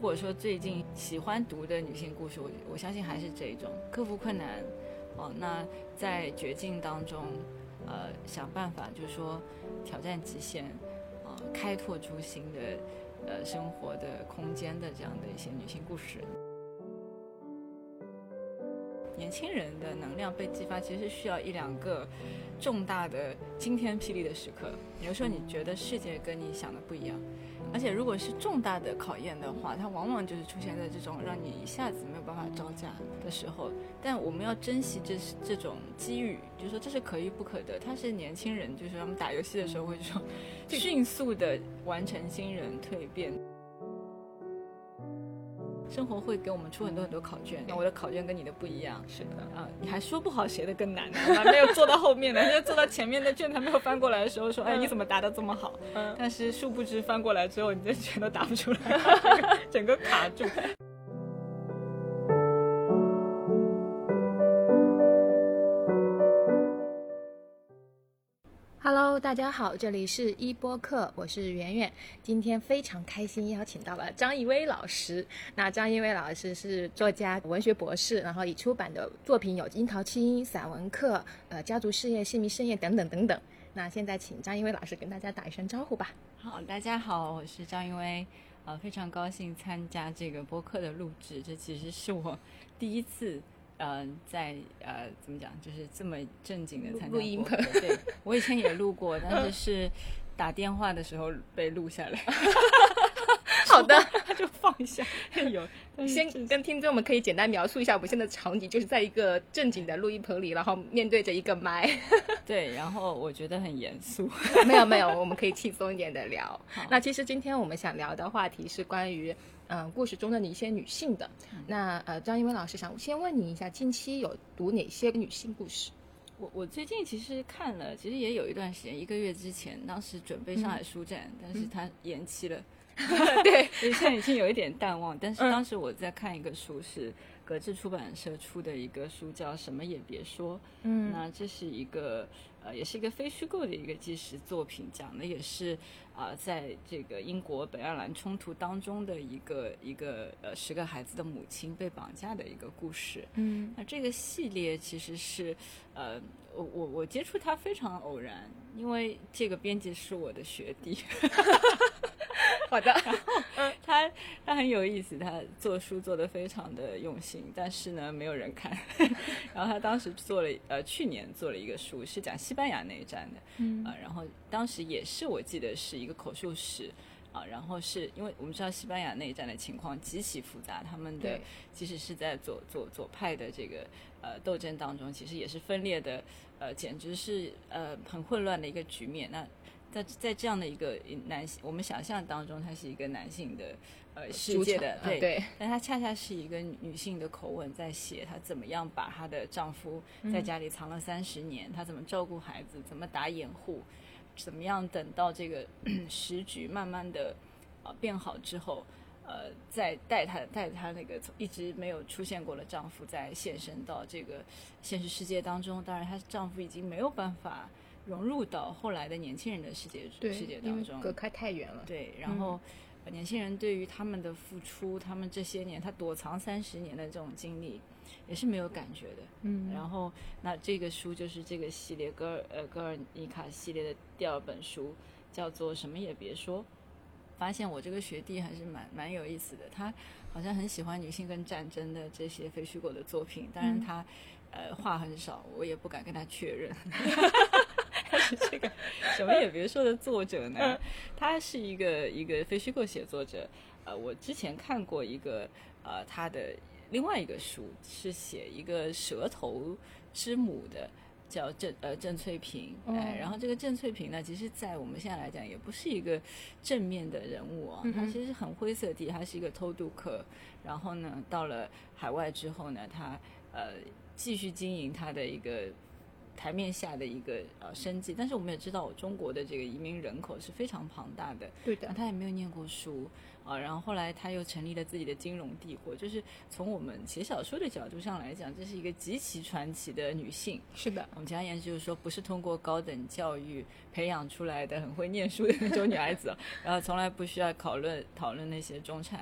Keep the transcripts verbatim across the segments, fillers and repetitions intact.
果说最近喜欢读的女性故事，我我相信还是这种克服困难哦，那在绝境当中呃想办法就是说挑战极限啊、呃，开拓出新的呃生活的空间的这样的一些女性故事。年轻人的能量被激发，其实需要一两个重大的惊天霹雳的时刻。有时候你觉得世界跟你想的不一样，而且如果是重大的考验的话，它往往就是出现在这种让你一下子没有办法招架的时候。但我们要珍惜这这种机遇，就是说这是可遇不可得。他是年轻人，就是他们打游戏的时候会说迅速的完成新人蜕变。生活会给我们出很多很多考卷，我的考卷跟你的不一样， 是的啊，你还说不好谁的更难呢？还没有做到后面呢，就做到前面的卷还没有翻过来的时候说，哎，你怎么答得这么好？嗯，但是殊不知翻过来之后，你这卷都答不出来，整个卡住。 Hello， 大家好，这里是一播客，我是圆圆。今天非常开心邀请到了张怡薇老师。那张怡薇老师是作家、文学博士，然后已出版的作品有《樱桃七》、散文课、呃家族事业、性命盛宴等等等等。那现在请张怡薇老师跟大家打一声招呼吧。 好，大家好，我是张怡薇，呃，非常高兴参加这个播客的录制，这其实是我第一次。呃，在呃怎么讲，就是这么正经的参加录音播客。对，我以前也录过，但是是打电话的时候被录下来。 好的， 他就放下。有， 先跟听众们可以简单描述一下我们现在的场景，就是在一个正经的录音棚里，然后面对着一个麦。 对，然后我觉得很严肃。 没有没有，我们可以轻松一点的聊。那其实今天我们想聊的话题是关于嗯、呃、故事中的一些女性的。那呃张怡薇老师想先问你一下，近期有读哪些女性故事？ 我我最近其实看了，其实也有一段时间，一个月之前，当时准备上海书展，嗯、但是它延期了。 对， 所以现在已经有一点淡忘。但是当时我在看一个书，是格致出版社出的一个书，叫《什么也别说》。嗯，那这是一个呃，也是一个非虚构的一个纪实作品，讲的也是啊、呃，在这个英国北爱尔兰冲突当中的一个一个呃十个孩子的母亲被绑架的一个故事。嗯，那这个系列其实是呃，我我我接触它非常偶然，因为这个编辑是我的学弟。 好的， 然后他他很有意思，他做书做得非常的用心，但是呢没有人看。然后他当时做了呃去年做了一个书，是讲西班牙内战的，嗯啊、呃，然后当时也是我记得是一个口述史啊、呃，然后是因为我们知道西班牙内战的情况极其复杂，他们的即使是在左左左派的这个呃斗争当中，其实也是分裂的，呃，简直是呃很混乱的一个局面。那在在这样的一个男性，我们想象当中，他是一个男性的呃世界的，对， 对， 但他恰恰是一个女性的口吻在写她怎么样把她的丈夫在家里藏了三十年，她、嗯、怎么照顾孩子，怎么打掩护，怎么样等到这个时局慢慢的呃变好之后，呃，再带她带她那个一直没有出现过的丈夫再现身到这个现实世界当中。当然，她丈夫已经没有办法融入到后来的年轻人的世界世界当中， 隔开太远了。 对，然后、嗯、年轻人对于他们的付出，他们这些年他躲藏三十年的这种经历，也是没有感觉的。嗯，然后那这个书就是这个系列戈尔呃戈尔尼卡系列的第二本书，叫做《什么也别说》。发现我这个学弟还是蛮蛮有意思的，他好像很喜欢女性跟战争的这些非虚构的作品，当然他、嗯、呃话很少，我也不敢跟他确认。但是这个什么也别说的作者呢，他是一个一个非虚构写作者。呃，我之前看过一个呃他的另外一个书，是写一个蛇头之母的，叫郑呃郑翠萍。哎，然后这个郑翠萍呢，其实在我们现在来讲也不是一个正面的人物啊，他其实很灰色地，他是一个偷渡客，然后呢到了海外之后呢，他呃继续经营他的一个台面下的一个呃生计，但是我们也知道中国的这个移民人口是非常庞大的， 对的， 他也没有念过书啊，然后后来他又成立了自己的金融帝国，就是从我们写小说的角度上来讲，这是一个极其传奇的女性。 是的， 我们简单言之就是说，不是通过高等教育培养出来的很会念书的那种女孩子，然后从来不需要讨论讨论那些中产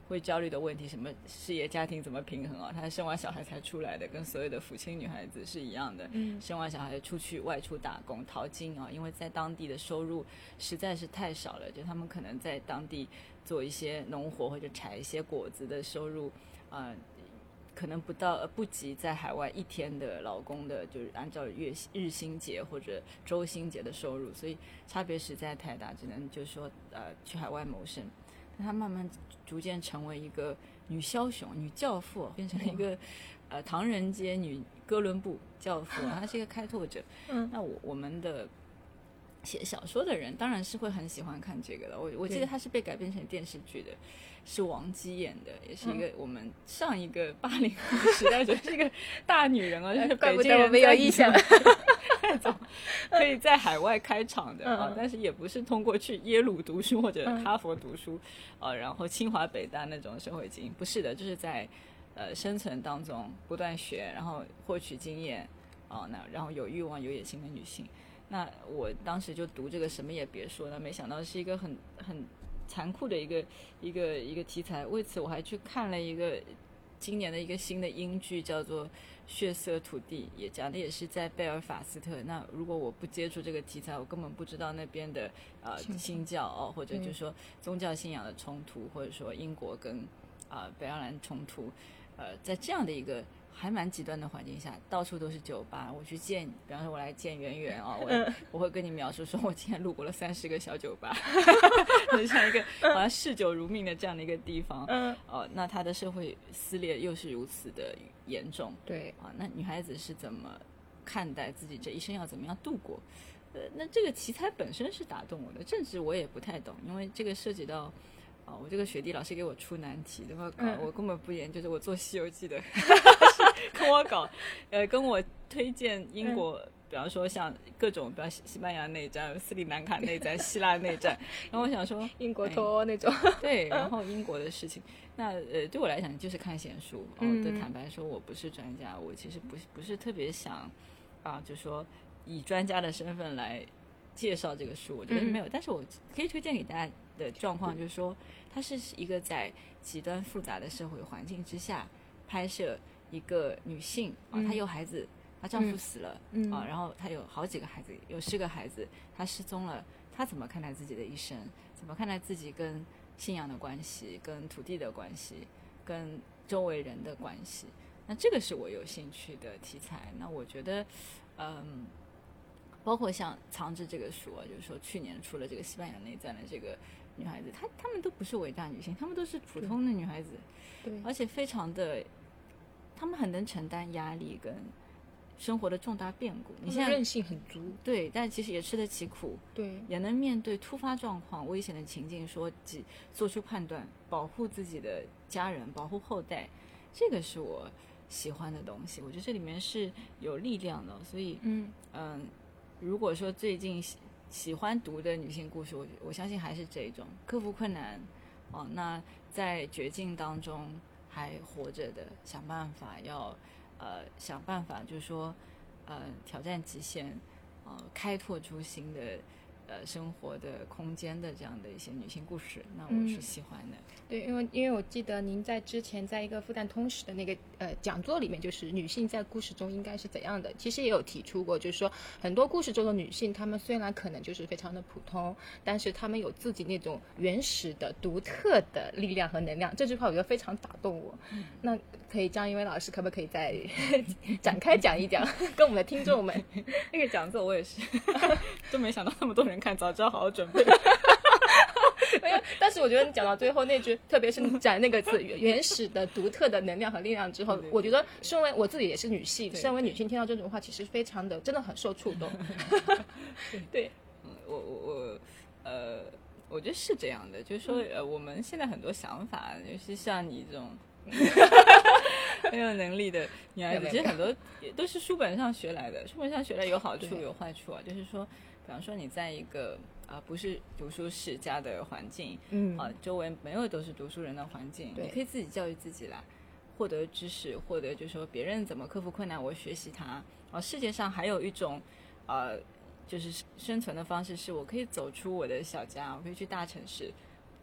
会焦虑的问题，什么事业家庭怎么平衡啊？她生完小孩才出来的，跟所有的父亲女孩子是一样的。嗯，生完小孩出去外出打工淘金啊，因为在当地的收入实在是太少了，就他们可能在当地做一些农活或者采一些果子的收入，呃，可能不到不及在海外一天的劳工的，就是按照月日薪节或者周薪节的收入，所以差别实在太大，只能就是说呃去海外谋生。她慢慢逐渐成为一个女枭雄、女教父，变成了一个呃唐人街女哥伦布教父，她是一个开拓者。嗯，那我我们的写小说的人当然是会很喜欢看这个的。我我记得它是被改编成电视剧的，是王姬演的，也是一个我们上一个八零后时代就是一个大女人啊，就是北京人我没有印象。 那种可以在海外开场的啊，但是也不是通过去耶鲁读书或者哈佛读书，呃、啊，然后清华北大那种社会精英，不是的，就是在呃生存当中不断学，然后获取经验啊，那然后有欲望有野心的女性。那我当时就读这个什么也别说了，没想到是一个很很残酷的一个一个一个题材。为此我还去看了一个今年的一个新的英剧，叫做血色土地，也讲的也是在贝尔法斯特。那如果我不接触这个题材，我根本不知道那边的呃新教哦，或者就是说宗教信仰的冲突，或者说英国跟啊、呃、北爱尔兰冲突，呃，在这样的一个还蛮极端的环境下，到处都是酒吧。我去见，比方说我来见圆圆啊，我我会跟你描述说，我今天路过了三十个小酒吧，就像一个好像嗜酒如命的这样的一个地方。嗯，哦，那它的社会撕裂又是如此的严重。 对啊，那女孩子是怎么看待自己这一生要怎么样度过？呃，那这个题材本身是打动我的，政治我也不太懂，因为这个涉及到。哦，我这个学弟老师给我出难题的话搞、嗯、我根本不研究，就是我做西游记的跟我搞呃，跟我推荐英国、嗯、比方说像各种比方西班牙内战、斯里兰卡内战、希腊内战，然后我想说英国脱欧那种、 哎、对，然后英国的事情那呃对我来讲就是看闲书哦，对，坦白说我不是专家，我其实不不是特别想啊，就说以专家的身份来介绍这个书，我觉得没有、嗯、但是我可以推荐给大家的状况就是说，它是一个在极端复杂的社会环境之下拍摄一个女性啊，她有孩子，她丈夫死了、嗯、啊，然后她有好几个孩子，有四个孩子，她失踪了，她怎么看待自己的一生？怎么看待自己跟信仰的关系、跟土地的关系、跟周围人的关系？那这个是我有兴趣的题材。那我觉得，嗯。包括像《藏着》这个书啊，就是说去年出了这个西班牙内战的这个女孩子，她她们都不是伟大女性，她们都是普通的女孩子， 对， 而且非常的，她们很能承担压力跟生活的重大变故。你现在韧性很足， 对，但其实也吃得起苦， 对， 也能面对突发状况、危险的情境，说做出判断，保护自己的家人，保护后代，这个是我喜欢的东西。我觉得这里面是有力量的，所以嗯嗯。如果说最近喜喜欢读的女性故事，我我相信还是这种克服困难，哦，那在绝境当中还活着的，想办法要呃想办法，就是说呃挑战极限，呃开拓出新的呃生活的空间的这样的一些女性故事，那我是喜欢的。 嗯、对，因为因为我记得您在之前在一个复旦通史的那个呃讲座里面，就是女性在故事中应该是怎样的，其实也有提出过，就是说很多故事中的女性，她们虽然可能就是非常的普通，但是她们有自己那种原始的、独特的力量和能量。这句话我觉得非常打动我。嗯、那可以，张一薇老师可不可以再展开讲一讲，跟我们的听众们？ 那个讲座我也是都没想到那么多人看，早知道好好准备。 没有，但是我觉得你讲到最后那句，特别是你讲那个字原始的独特的能量和力量之后，对对对，我觉得身为我自己也是女性，身为女性听到这种话其实非常的真的很受触动。对, 对、 嗯、我我我呃我觉得是这样的，就是说呃我们现在很多想法，尤其像你这种很有能力的女孩子，其实很多也都是书本上学来的，书本上学来有好处有坏处啊，就是说比方说你在一个啊、呃，不是读书世家的环境，嗯，啊、呃，周围没有都是读书人的环境，你可以自己教育自己啦，获得知识，获得就是说别人怎么克服困难，我学习它。啊，世界上还有一种，呃，就是生存的方式，是我可以走出我的小家，我可以去大城市，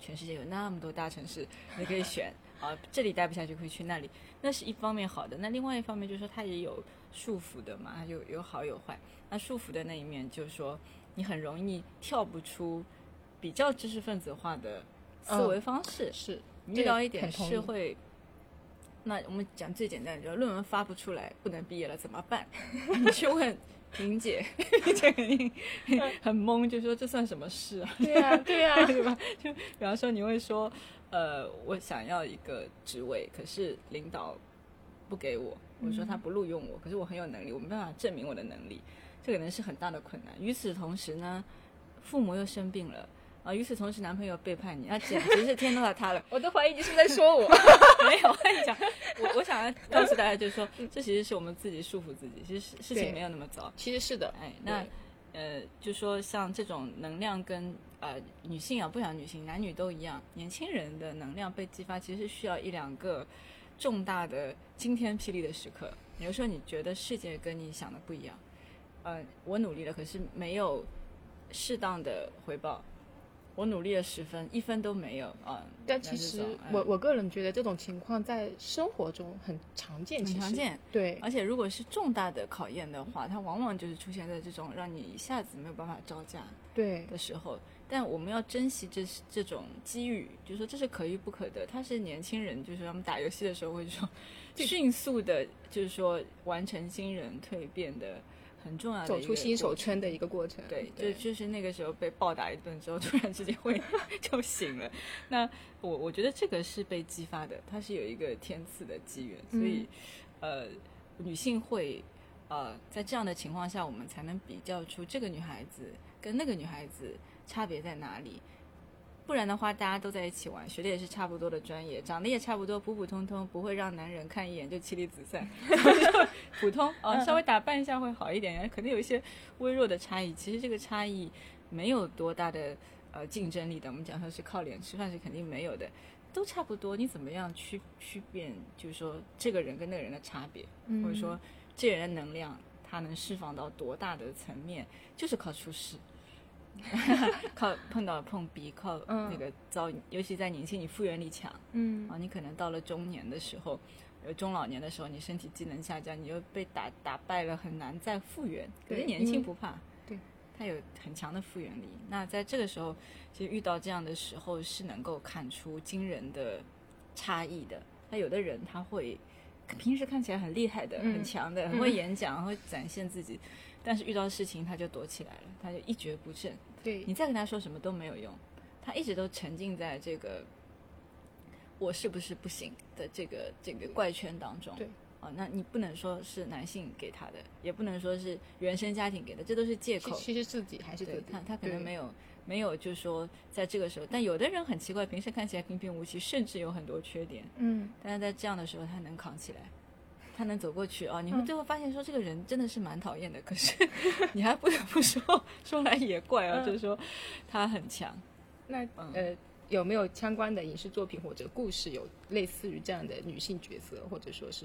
全世界有那么多大城市你可以选啊，这里待不下去可以去那里，那是一方面好的。那另外一方面就是说它也有束缚的嘛，它有有好有坏。那束缚的那一面就是说你很容易跳不出比较知识分子化的思维方式， 嗯、是你遇到一点是会。那我们讲最简单的，就是论文发不出来，不能毕业了怎么办？你去问萍姐，萍姐肯定很懵，就说这算什么事啊？ 对呀、啊，对呀、啊， 对吧？就比方说你会说，呃，我想要一个职位，可是领导不给我，或者说他不录用我，可是我很有能力，我没办法证明我的能力，这可能是很大的困难。与此同时呢，父母又生病了。啊！与此同时，男朋友背叛你，那、啊、简直是天都要塌了。 我都怀疑你是不是在说我。 没有，我跟你讲，我我想要告诉大家，就是说，这其实是我们自己束缚自己，其实事情没有那么糟。 其实是的， 哎，那呃，就说像这种能量跟呃女性啊，不讲女性，男女都一样，年轻人的能量被激发，其实是需要一两个重大的惊天霹雳的时刻。有时候你觉得世界跟你想的不一样，呃，我努力了，可是没有适当的回报。我努力了十分，一分都没有啊！ 但其实我、嗯、我个人觉得这种情况在生活中很常见， 很常见。 对， 而且如果是重大的考验的话，它往往就是出现在这种让你一下子没有办法招架对的时候。但我们要珍惜这这种机遇，就是说这是可遇不可得。他是年轻人，就是他们打游戏的时候会说，迅速的，就是说完成新人蜕变的。很重要的走出新手村的一个过程， 对，对就就是那个时候被暴打一顿之后，突然之间会就醒了。那我我觉得这个是被激发的，它是有一个天赐的机缘，所以、嗯、呃，女性会呃在这样的情况下，我们才能比较出这个女孩子跟那个女孩子差别在哪里。不然的话，大家都在一起玩，学的也是差不多的专业，长得也差不多，普普通通，不会让男人看一眼就妻离子散，普通哦，稍微打扮一下会好一点，可能有一些微弱的差异。其实这个差异没有多大的呃竞争力的，我们讲说是靠脸吃饭是肯定没有的，都差不多。你怎么样区区辨，就是说这个人跟那个人的差别，嗯、或者说这个人的能量他能释放到多大的层面，就是靠出事。靠碰到碰壁，靠那个遭、嗯，尤其在年轻，你复原力强，嗯，啊，你可能到了中年的时候，呃，中老年的时候，你身体机能下降，你就被打打败了，很难再复原。可是年轻不怕， 对， 他有很强的复原力。那在这个时候，其实遇到这样的时候，是能够看出惊人的差异的。那有的人他会平时看起来很厉害的、嗯、很强的，很会演讲，嗯、会展现自己。但是遇到事情他就躲起来了，他就一蹶不振。 对， 你再跟他说什么都没有用，他一直都沉浸在这个我是不是不行的这个这个怪圈当中。 对啊，那你不能说是男性给他的，也不能说是原生家庭给的，这都是借口。 其实自己还是自己， 他他可能没有没有，就是说在这个时候，但有的人很奇怪，平时看起来平平无奇，甚至有很多缺点，嗯，但是在这样的时候他能扛起来。他能走过去啊，你会最后发现说这个人真的是蛮讨厌的，嗯、可是你还不得不说说来也怪啊，嗯、就是说他很强。 那、嗯、呃，有没有相关的影视作品或者故事有类似于这样的女性角色，或者说是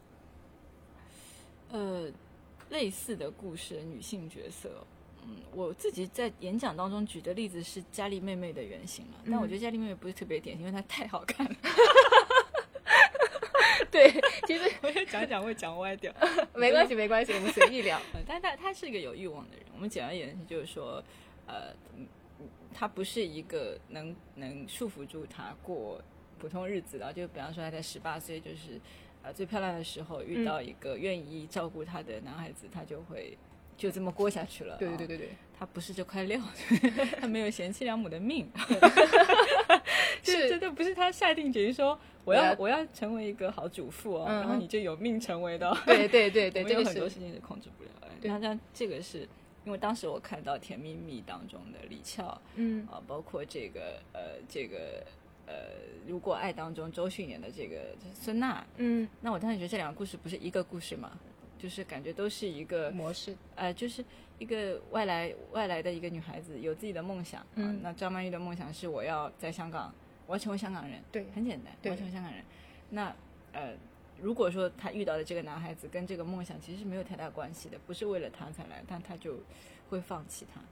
呃类似的故事女性角色？嗯，我自己在演讲当中举的例子是佳丽妹妹的原型了，嗯、但我觉得佳丽妹妹不是特别典型，因为她太好看了。 对，其实我也讲一讲会讲歪掉， 没关系没关系，我们随意聊。 但他他是一个有欲望的人，我们简而言之就是说，呃，他不是一个能能束缚住他过普通日子的。就比方说他在十八岁，就是呃最漂亮的时候遇到一个愿意照顾他的男孩子，嗯、他就会就这么过下去了。 对对对对对， 他不是这块料，他没有贤妻良母的命。是真的不是他下定决心说我要我要成为一个好主妇哦，嗯、然后你就有命成为的。 对对对对， 我们有很多事情是控制不了。那像这个是因为当时我看到《甜蜜蜜》当中的李翘，嗯啊，包括这个呃这个呃如果爱当中周迅演的这个孙娜，嗯，那我当时觉得这两个故事不是一个故事嘛，就是感觉都是一个模式， 呃，就是一个外来外来的一个女孩子有自己的梦想，嗯、啊，那张曼玉的梦想是我要在香港。我要成为香港人， 对， 很简单，我要成为香港人。那呃，如果说他遇到的这个男孩子跟这个梦想其实是没有太大关系的，不是为了他才来，但他就会放弃他。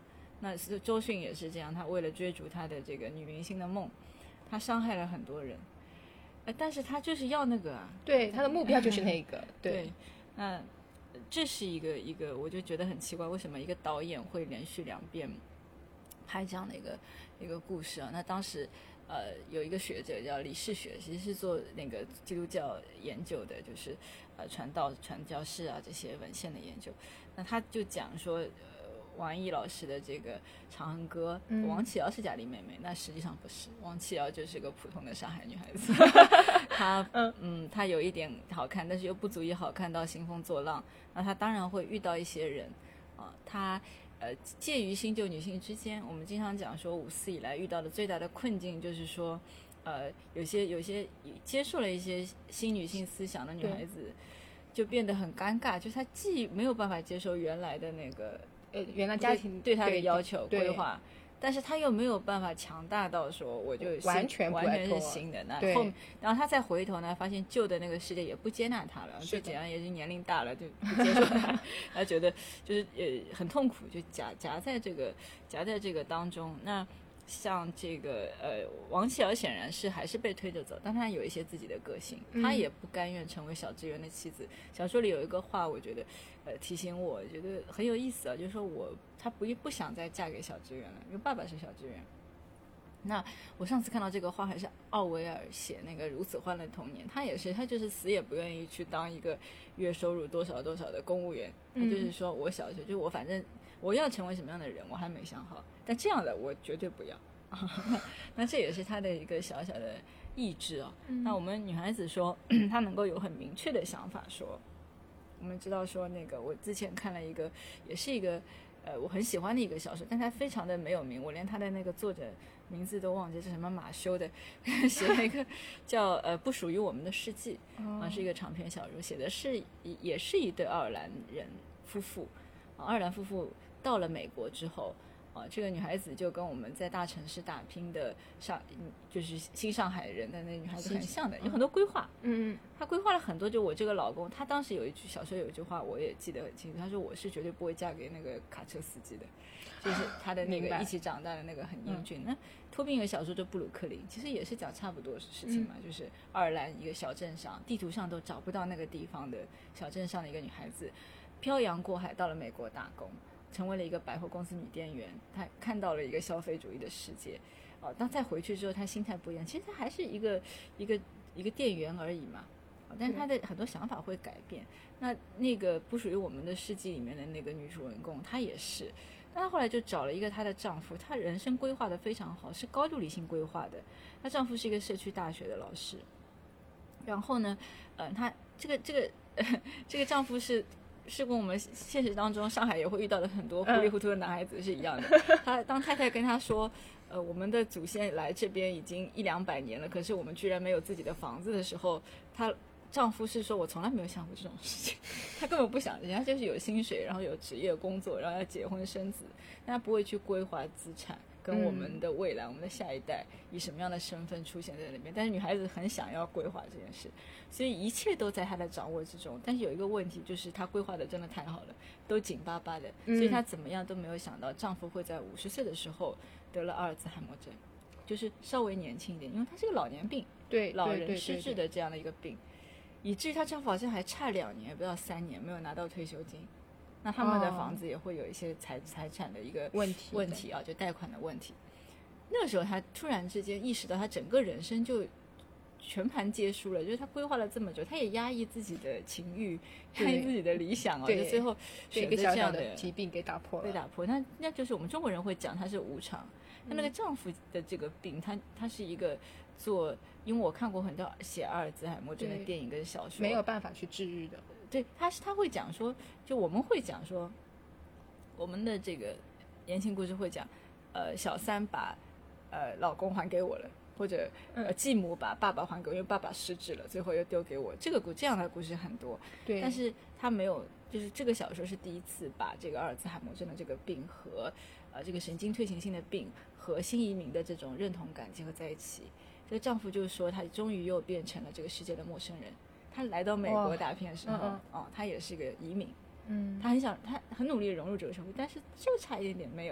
那周迅也是这样，他为了追逐他的这个女明星的梦，他伤害了很多人，呃，但是他就是要那个啊， 对，他的目标就是那个，对， 对，那这是一个一个，我就觉得很奇怪，为什么一个导演会连续两遍拍这样的一个一个故事啊？那当时呃有一个学者叫李世学，其实是做那个基督教研究的，就是呃传道传教士啊这些文献的研究，那他就讲说。呃王毅老师的这个《长恨歌》，嗯，王启尧是贾玲妹妹，那实际上不是，王启尧就是个普通的上海女孩子。她嗯，她有一点好看，但是又不足以好看到兴风作浪。那她当然会遇到一些人啊，她呃介于新旧女性之间。我们经常讲说，五四以来遇到的最大的困境就是说，呃，有些有些接受了一些新女性思想的女孩子，就变得很尴尬，就是她既没有办法接受原来的那个。 呃，原来家庭对他的要求规划，但是他又没有办法强大到说我就完全完全是新的，那后然后他再回头呢，发现旧的那个世界也不接纳他了，最简单也是年龄大了就不接受他，他觉得就是呃很痛苦，就夹夹在这个夹在这个当中。那像这个呃王启尧显然是还是被推着走，但他有一些自己的个性，他也不甘愿成为小职员的妻子。小说里有一个话，我觉得呃提醒我，觉得很有意思啊，就是说我他不不想再嫁给小职员了，因为爸爸是小职员。那我上次看到这个话还是奥维尔写那个《如此欢乐童年》，他也是他就是死也不愿意去当一个月收入多少多少的公务员，他就是说我小学就我反正我要成为什么样的人我还没想好，但这样的我绝对不要。那这也是他的一个小小的意志啊、哦嗯。那我们女孩子说她能够有很明确的想法说，我们知道说那个我之前看了一个也是一个呃我很喜欢的一个小说，但它非常的没有名，我连他的那个作者名字都忘记是什么马修的，写了一个叫呃不属于我们的世纪啊，是一个长篇小说，写的是也是一对爱尔兰人夫妇啊，爱尔兰夫妇到了美国之后啊，这个女孩子就跟我们在大城市打拼的上就是新上海人的那女孩子很像的，有很多规划。 嗯， 她规划了很多，就我这个老公，他当时有一句小说有一句话我也记得很清楚，他说我是绝对不会嫁给那个卡车司机的，就是他的那个一起长大的那个很英俊。那托宾有小说就布鲁克林，其实也是讲差不多的事情嘛、嗯、就是爱尔兰一个小镇上，地图上都找不到那个地方的小镇上的一个女孩子漂洋过海到了美国打工，成为了一个百货公司女店员，她看到了一个消费主义的世界哦，当再回去之后她心态不一样，其实她还是一个一个一个店员而已嘛，但是她的很多想法会改变。那那个不属于我们的世纪里面的那个女主人公她也是，但她后来就找了一个她的丈夫，她人生规划的非常好，是高度理性规划的。她丈夫是一个社区大学的老师，然后呢呃，她这个这个、呃、这个丈夫是是跟我们现实当中上海也会遇到的很多糊里糊涂的男孩子是一样的。他当太太跟他说呃，我们的祖先来这边已经一两百年了，可是我们居然没有自己的房子的时候，她丈夫是说我从来没有想过这种事情，他根本不想，人家就是有薪水，然后有职业工作，然后要结婚生子，但他不会去规划资产跟我们的未来、嗯、我们的下一代以什么样的身份出现在那边。但是女孩子很想要规划这件事，所以一切都在她的掌握之中。但是有一个问题，就是她规划的真的太好了，都紧巴巴的，所以她怎么样都没有想到丈夫会在五十岁的时候得了阿尔兹海默症，就是稍微年轻一点，因为她是个老年病， 对， 老人失智的这样的一个病，以至于她丈夫好像还差两年不到三年没有拿到退休金。那他们的房子也会有一些财财产的一个问题问题啊，就贷款的问题。那个时候他突然之间意识到，他整个人生就全盘皆输了，就是他规划了这么久，他也压抑自己的情欲，压抑自己的理想啊，就最后选择这样的疾病给打破了， 被打破。那那就是我们中国人会讲他是无常。那那个丈夫的这个病，他他是一个做，因为我看过很多写阿尔兹海默症的电影跟小说， 没有办法去治愈的。 对，他是他会讲说，就我们会讲说，我们的这个言情故事会讲，呃，小三把呃老公还给我了，或者呃继母把爸爸还给我，因为爸爸失智了，最后又丢给我。这个故这样的故事很多， 对， 但是他没有，就是这个小说是第一次把这个阿尔兹海默症的这个病和呃这个神经退行性的病和新移民的这种认同感结合在一起。这个丈夫就说，他终于又变成了这个世界的陌生人。他来到美国打拼的时候，嗯嗯哦，他也是个移民，嗯，他很想，他很努力融入这个社会，但是就差一点点没有，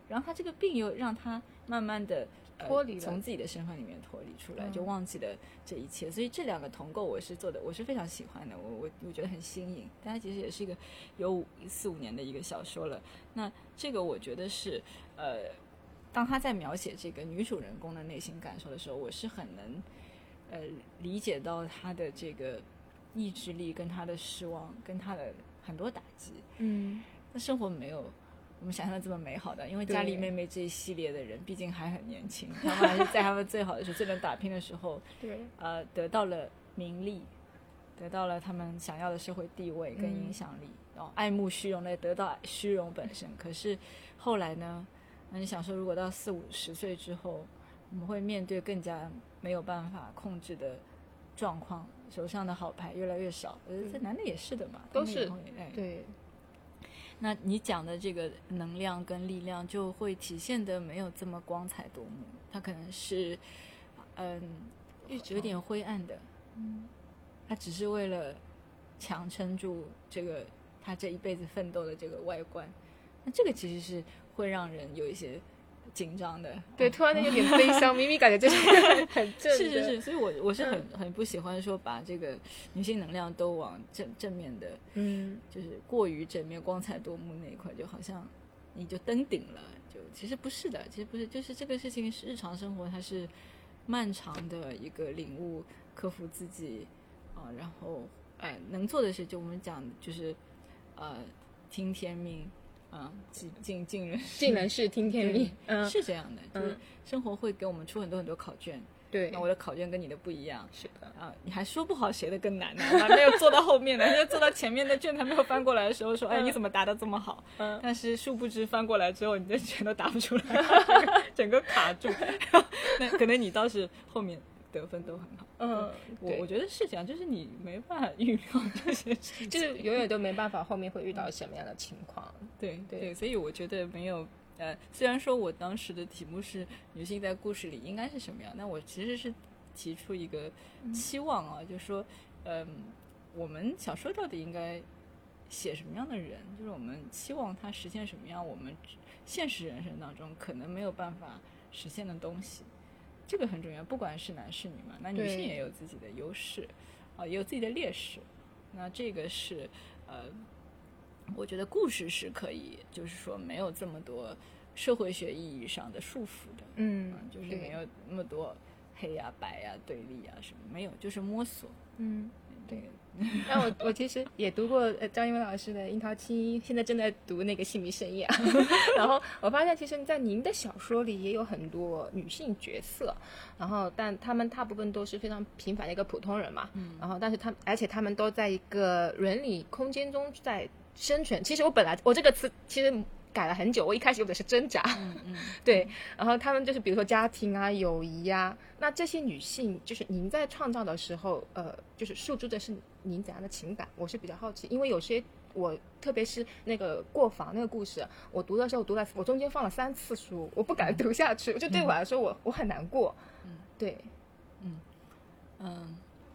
然后他这个病又让他慢慢的脱离了、 呃、从自己的身份里面脱离出来， 嗯、 就忘记了这一切。所以这两个同构我是做的，我是非常喜欢的，我我我觉得很新颖。但它其实也是一个有四五年的一个小说了。那这个我觉得是呃，当他在描写这个女主人公的内心感受的时候，我是很能呃理解到她的这个意志力跟她的失望跟她的很多打击。 嗯， 那生活没有我们想象的这么美好的，因为家里妹妹这一系列的人毕竟还很年轻，他们还是在他们最好的时候最能打拼的时候对， 呃，得到了名利，得到了他们想要的社会地位跟影响力，嗯、然后爱慕虚荣的得到虚荣本身。可是后来呢，那你想说如果到四五十岁之后，我们会面对更加没有办法控制的状况，手上的好牌越来越少。呃，这男的也是的嘛， 都是、 哎、 对。 那你讲的这个能量跟力量就会体现的没有这么光彩夺目，它可能是嗯有点灰暗的， 嗯， 它只是为了强撑住这个他这一辈子奋斗的这个外观。那这个其实是会让人有一些紧张的， 对，突然间有点悲伤，明明感觉这是很正的， 是是是，所以我我是很、嗯、很不喜欢说把这个女性能量都往正正面的， 嗯， 就是过于正面、光彩夺目那一块，就好像你就登顶了，就其实不是的，其实不是，就是这个事情是日常生活，它是漫长的一个领悟，克服自己啊、呃，然后呃能做的事，就我们讲就是呃听天命。啊，尽尽尽人事， 尽人事听天命， 嗯，是这样的，就是生活会给我们出很多很多考卷， 对， 那我的考卷跟你的不一样， 是的， 啊，你还说不好谁的更难呢，我还没有做到后面呢，就做到前面的卷还没有翻过来的时候说，哎，你怎么答得这么好？嗯，但是殊不知翻过来之后，你的全都答不出来，整个卡住，那可能你倒是后面得分都很好。 嗯， 我我觉得是这样，就是你没办法预料这些事情， 就是永远都没办法后面会遇到什么样的情况。 对 对, 对，所以我觉得没有呃，虽然说我当时的题目是女性在故事里应该是什么样，但我其实是提出一个期望啊，嗯、就是说，嗯、呃，我们小说到底应该写什么样的人？就是我们期望他实现什么样我们现实人生当中可能没有办法实现的东西。这个很重要，不管是男是女嘛，那女性也有自己的优势，啊、呃，也有自己的劣势。那这个是呃，我觉得故事是可以，就是说没有这么多社会学意义上的束缚的， 嗯， 呃、就是没有那么多黑呀、白呀、对立啊什么，没有，就是摸索， 嗯， 对。 那我我其实也读过呃张一文老师的《樱桃青衣》，现在正在读那个《姓名深夜》然后我发现其实在您的小说里也有很多女性角色，然后但他们大部分都是非常平凡的一个普通人嘛，嗯，然后但是他而且他们都在一个伦理空间中在生存。其实我本来我这个词其实改了很久，我一开始用的是挣扎， 嗯嗯， 对，然后他们就是比如说家庭啊、友谊啊，那这些女性就是您在创造的时候，呃，就是诉诸的是您怎样的情感？我是比较好奇，因为有些我特别是那个过房那个故事，我读的时候我读了，我中间放了三次书，我不敢读下去，就对我来说我我很难过， 嗯， 对， 嗯嗯，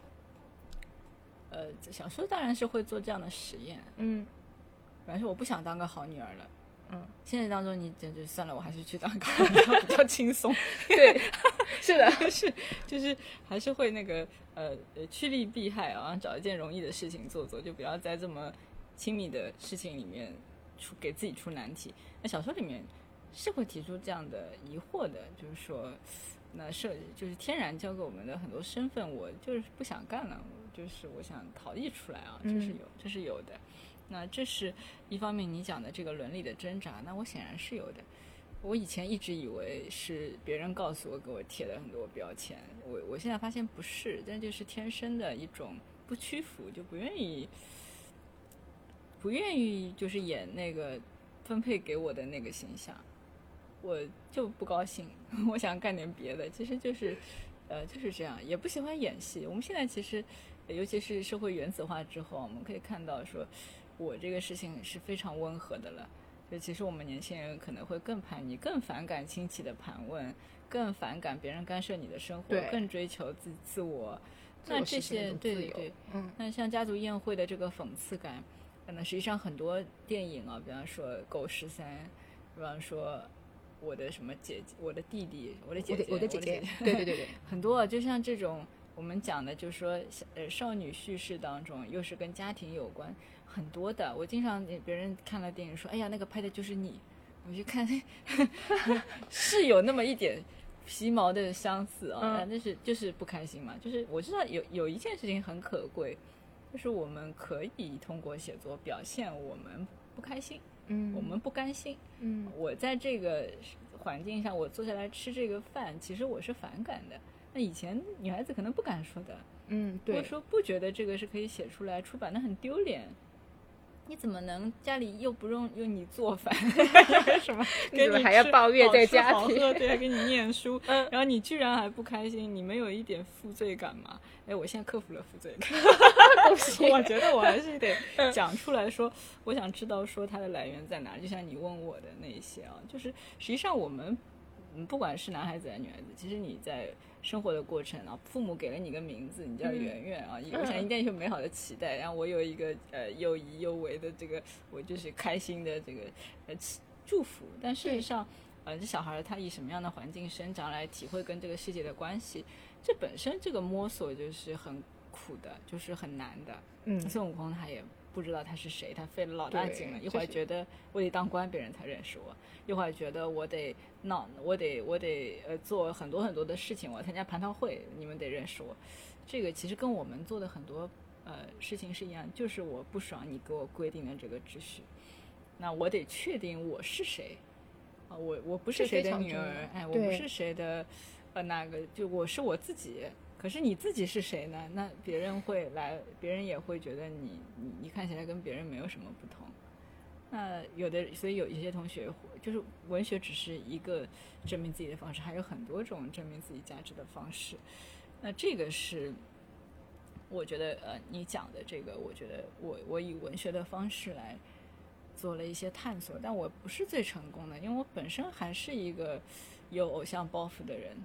呃，小说当然是会做这样的实验， 嗯， 反正是我不想当个好女儿了。 嗯， 现实当中你真就算了，我还是去当个好女儿比较轻松。 对，是的， 就是就是还是会那个呃呃趋利避害啊，找一件容易的事情做做，就不要在这么亲密的事情里面出给自己出难题。那小说里面是会提出这样的疑惑的，就是说，那社就是天然教给我们的很多身份，我就是不想干了，就是我想逃逸出来啊，这是有，这是有的。那这是一方面你讲的这个伦理的挣扎，那我显然是有的。我以前一直以为是别人告诉我给我贴了很多标签，我我现在发现不是，但就是天生的一种不屈服，就不愿意不愿意就是演那个分配给我的那个形象，我就不高兴，我想干点别的，其实就是呃就是这样，也不喜欢演戏。我们现在其实尤其是社会原子化之后，我们可以看到说我这个事情是非常温和的了，就其实我们年轻人可能会更叛逆，更反感亲戚的盘问，更反感别人干涉你的生活，更追求自自我。那这些对对对，嗯，那像家族宴会的这个讽刺感，那实际上很多电影啊，比方说《狗十三》，比方说我的什么姐姐，我的弟弟，我的姐姐， 我的姐姐，对对对对， 很多啊，就像这种我们讲的，就是说呃少女叙事当中，又是跟家庭有关很多的。我经常别人看了电影说，哎呀，那个拍的就是你，我就看是有那么一点皮毛的相似啊，但、嗯、是就是不开心嘛。就是我知道有有一件事情很可贵，就是我们可以通过写作表现我们不开心。嗯，我们不甘心。嗯，我在这个环境下，我坐下来吃这个饭，其实我是反感的。那以前女孩子可能不敢说的， 嗯，对， 或者说不觉得这个是可以写出来出版的，很丢脸。你怎么能家里又不用用你做饭，什么给你还要抱怨这个家庭， 对，还给你念书，嗯，然后你居然还不开心，你没有一点负罪感吗？哎，我现在克服了负罪感，我觉得我还是得讲出来说，我想知道说它的来源在哪。就像你问我的那一些啊，就是实际上我们，嗯，不管是男孩子还是女孩子，其实你在生活的过程啊，父母给了你个名字，你叫圆圆啊，嗯、我想一定有美好的期待，然后我有一个呃又怡又为的这个，我就是开心的这个呃祝福。但事实上，呃，这小孩他以什么样的环境生长来体会跟这个世界的关系，这本身这个摸索就是很苦的，就是很难的。嗯，孙悟空他也不知道他是谁，他费了老大劲了，一会儿觉得我得当官别人才认识我，一会儿觉得我得闹，我得我得呃做很多很多的事情，我要参加蟠桃会，你们得认识我。这个其实跟我们做的很多呃事情是一样，就是我不爽你给我规定的这个秩序，那我得确定我是谁啊、呃，我我不是谁的女儿，哎，我不是谁的呃那个，就我是我自己。可是你自己是谁呢？那别人会来，别人也会觉得你你你看起来跟别人没有什么不同。那有的，所以有一些同学就是文学只是一个证明自己的方式，还有很多种证明自己价值的方式。那这个是我觉得呃你讲的这个，我觉得我我以文学的方式来做了一些探索，但我不是最成功的，因为我本身还是一个有偶像包袱的人。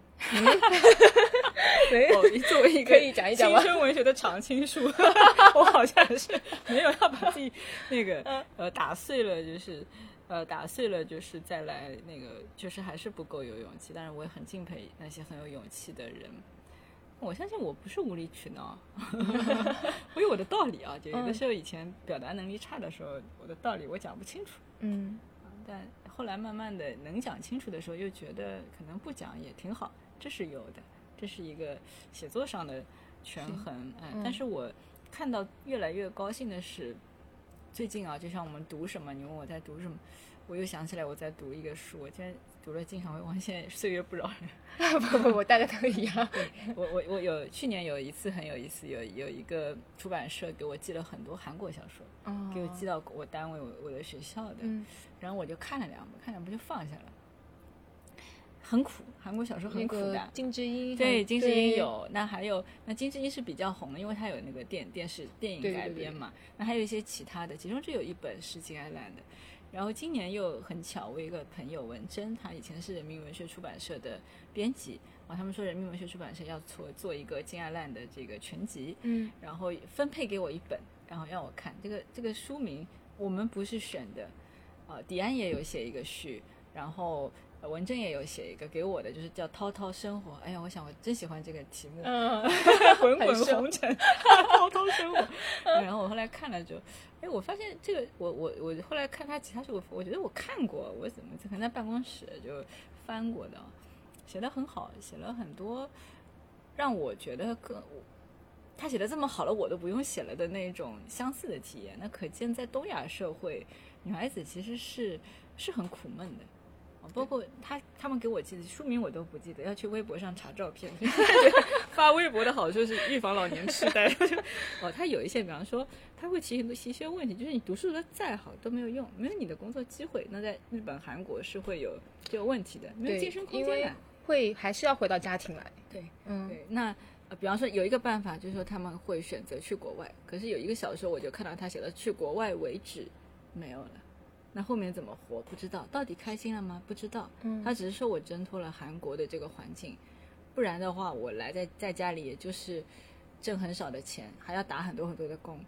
我作为一个青春文学的常青树，我好像是没有要把自己那个呃打碎了，就是呃打碎了，就是再来那个，就是还是不够有勇气。但是我也很敬佩那些很有勇气的人。我相信我不是无理取闹，我有我的道理啊。就有的时候以前表达能力差的时候，我的道理我讲不清楚。嗯，但后来慢慢的能讲清楚的时候，又觉得可能不讲也挺好，这是有的。这是一个写作上的权衡，哎、嗯，但是我看到越来越高兴的是，最近啊，就像我们读什么，你问我在读什么，我又想起来我在读一个书，我现在读了经常会忘，现在岁月不饶人。 不不不，大家都一样。 我我我有去年有一次很有意思，有有一个出版社给我寄了很多韩国小说，哦、给我寄到我单位我我的学校的，嗯、然后我就看了两本，看两本就放下了。很苦，韩国小说很苦的。 那个金智英， 对，金智英有，那还有那金智英是比较红的，因为它有那个电电视电影改编嘛。对对对对，那还有一些其他的，其中就有一本是金爱兰的。然后今年又很巧，我一个朋友文珍，他以前是人民文学出版社的编辑啊，他们说人民文学出版社要做做一个金爱兰的这个全集，嗯，然后分配给我一本，然后让我看这个这个书名我们不是选的啊，迪安也有写一个序，然后。文珍也有写一个给我的，就是叫滔滔生活。哎呀，我想我真喜欢这个题目，嗯，滚滚红尘，滔滔生活。然后我后来看了就，哎，我发现这个，我我我后来看他其他书，我我觉得我看过，我怎么可能在办公室就翻过的，写得很好，写了很多让我觉得更他写的这么好了，我都不用写了的那种相似的体验。那可见在东亚社会，女孩子其实是是很苦闷的。包括他他们给我记得书名我都不记得，要去微博上查照片。发微博的好处是预防老年痴呆。哦，他有一些，比方说他会提一些问题，就是你读书的再好都没有用，没有你的工作机会。那在日本、韩国是会有这个问题的，没有晋升空间的， 会还是要回到家庭来。 对，嗯，对。那、呃、比方说有一个办法，就是说他们会选择去国外。可是有一个小说，我就看到他写了去国外为止，没有了。那后面怎么活不知道，到底开心了吗？不知道。嗯，他只是说我挣脱了韩国的这个环境，不然的话我来在在家里也就是挣很少的钱，还要打很多很多的工，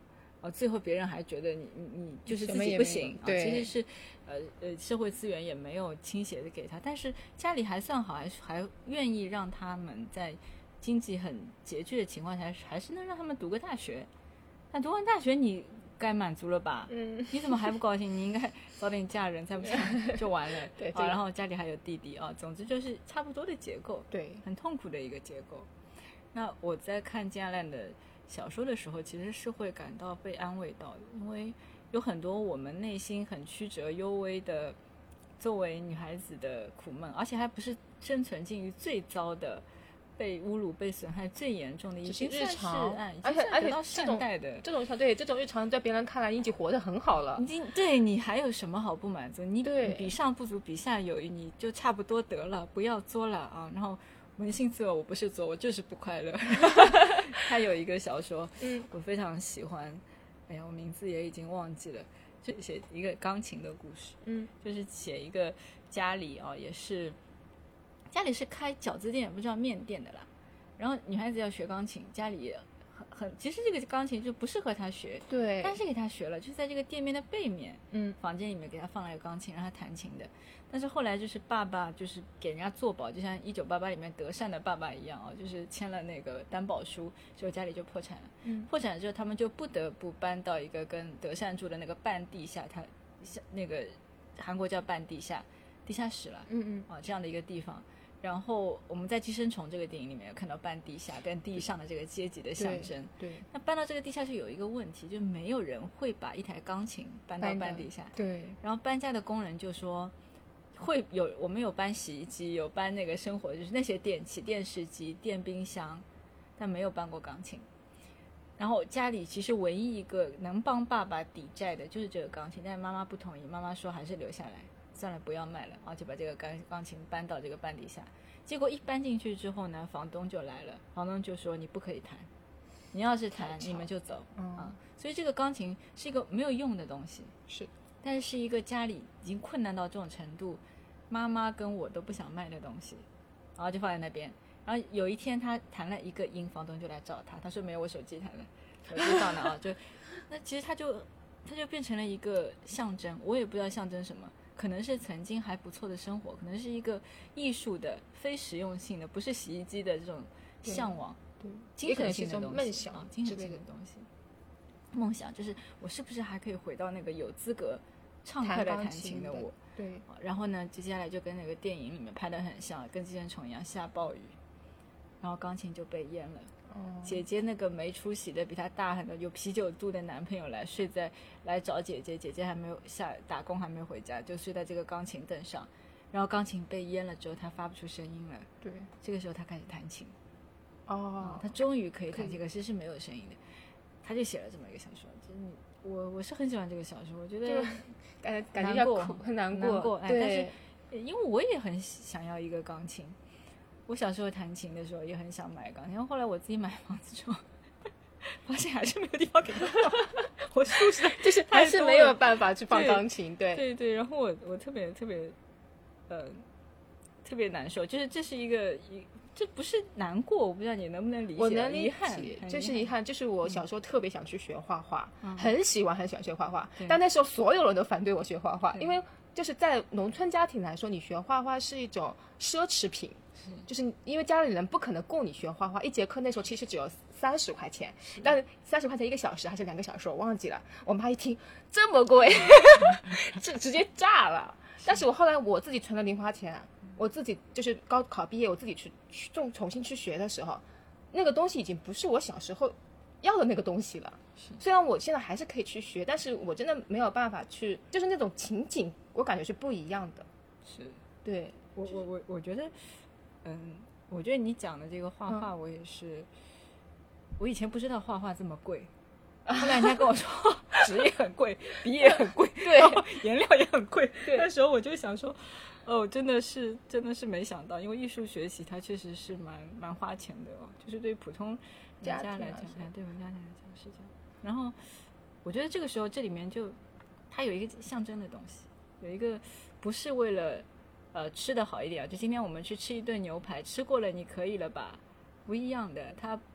哦，最后别人还觉得你你你就是自己不行啊，其实是呃呃社会资源也没有倾斜的给他，但是家里还算好，还还愿意让他们在经济很拮据的情况下，还是能让他们读个大学。那读完大学你该满足了吧？嗯，你怎么还不高兴？你应该早点嫁人，再不嫁就完了。 对， 啊，然后家里还有弟弟啊，总之就是差不多的结构， 对， 很痛苦的一个结构。那我在看金亚兰的小说的时候，其实是会感到被安慰到的，因为有很多我们内心很曲折幽微的作为女孩子的苦闷，而且还不是生存境遇最糟的，被侮辱被损害最严重的，已经日常， 而且而且善待的这种对这种日常在别人看来已经活得很好了， 已经对你还有什么好不满足？你比上不足比下有余，你就差不多得了，不要作了啊！然后扪心自问，我不是作，我就是不快乐。他有一个小说，嗯，我非常喜欢，哎呀，我名字也已经忘记了，就写一个钢琴的故事，嗯，就是写一个家里啊，也是家里是开饺子店，不知道面店的啦。然后女孩子要学钢琴，家里也很很，其实这个钢琴就不适合她学， 对， 但是给她学了，就在这个店面的背面，嗯，房间里面给她放了一个钢琴，让她弹琴的。但是后来就是爸爸就是给人家做保，就像一九八八里面德善的爸爸一样啊，就是签了那个担保书，所以家里就破产了。嗯，破产了之后，他们就不得不搬到一个跟德善住的那个半地下，他那个韩国叫半地下，地下室了，嗯嗯，啊这样的一个地方。然后我们在《寄生虫》这个电影里面有看到半地下跟地上的这个阶级的象征。 对，对， 那搬到这个地下室有一个问题，就是没有人会把一台钢琴搬到半地下。 对， 然后搬家的工人就说。会有我们有搬洗衣机，有搬那个生活就是那些电器，电视机、电冰箱，但没有搬过钢琴。然后家里其实唯一一个能帮爸爸抵债的就是这个钢琴，但是妈妈不同意，妈妈说还是留下来，算了不要卖了，然后就把这个钢钢琴搬到这个半地下。结果一搬进去之后呢，房东就来了，房东就说你不可以弹，你要是弹你们就走、嗯、啊。所以这个钢琴是一个没有用的东西， 是， 但是是一个家里已经困难到这种程度，妈妈跟我都不想卖的东西，然后就放在那边。然后有一天他弹了一个音，房东就来找他，他说没有，我手机弹了，手机放了啊，就那其实他就他就变成了一个象征，我也不知道象征什么，可能是曾经还不错的生活，可能是一个艺术的非实用性的，不是洗衣机的这种向往， 对， 精神性的东西， 梦想、 啊、精神性的东西，梦想就是我是不是还可以回到那个有资格畅快的弹琴的我， 对。 然后呢，接下来就跟那个电影里面拍的很像，跟寄生虫一样下暴雨，然后钢琴就被淹了。哦、姐姐那个没出息的比她大很多，有啤酒肚的男朋友来睡在来找姐姐，姐姐还没有下打工还没有回家，就睡在这个钢琴凳上，然后钢琴被淹了之后，她发不出声音了。 对， 这个时候她开始弹琴。 哦， 她终于可以弹琴，可是是没有声音的。她就写了这么一个小说，就是我我是很喜欢这个小说，我觉得感觉感觉要哭，很难过， 难过哎， 对， 但是因为我也很想要一个钢琴。我小时候弹琴的时候也很想买钢琴，然后后来我自己买房子之后，发现还是没有地方给它放。我是不是就是还是没有办法去放钢琴？对对对，然后我我特别特别呃特别难受，就是这是一个一。这不是难过，我不知道你能不能理解。 我能理解， 这是遗憾。就是我小时候特别想去学画画， 嗯、 很喜欢很喜欢学画画，但那时候所有人都反对我学画画，因为就是在农村家庭来说，你学画画是一种奢侈品， 是就是因为家里人不可能供你学画画，一节课那时候其实只有三十块钱，但是三十块钱一个小时还是两个小时，我忘记了。我妈一听这么贵，这直接炸了。但是我后来我自己存了零花钱。我自己就是高考毕业，我自己去去重重新去学的时候，那个东西已经不是我小时候要的那个东西了。虽然我现在还是可以去学，但是我真的没有办法去，就是那种情景，我感觉是不一样的。 是， 对我我我我觉得，嗯，我觉得你讲的这个画画，我也是，嗯、我以前不知道画画这么贵，后来人家跟我说纸也很贵，笔也很贵， 对， 然后颜料也很贵。那时候我就想说。哦，真的是，真的是没想到，因为艺术学习它确实是蛮蛮花钱的哦，就是对普通人家来讲，哎，对我们家庭来讲是这样。然后我觉得这个时候这里面就它有一个象征的东西，有一个不是为了呃吃的好一点啊，就今天我们去吃一顿牛排，吃过了你可以了吧？不一样的，它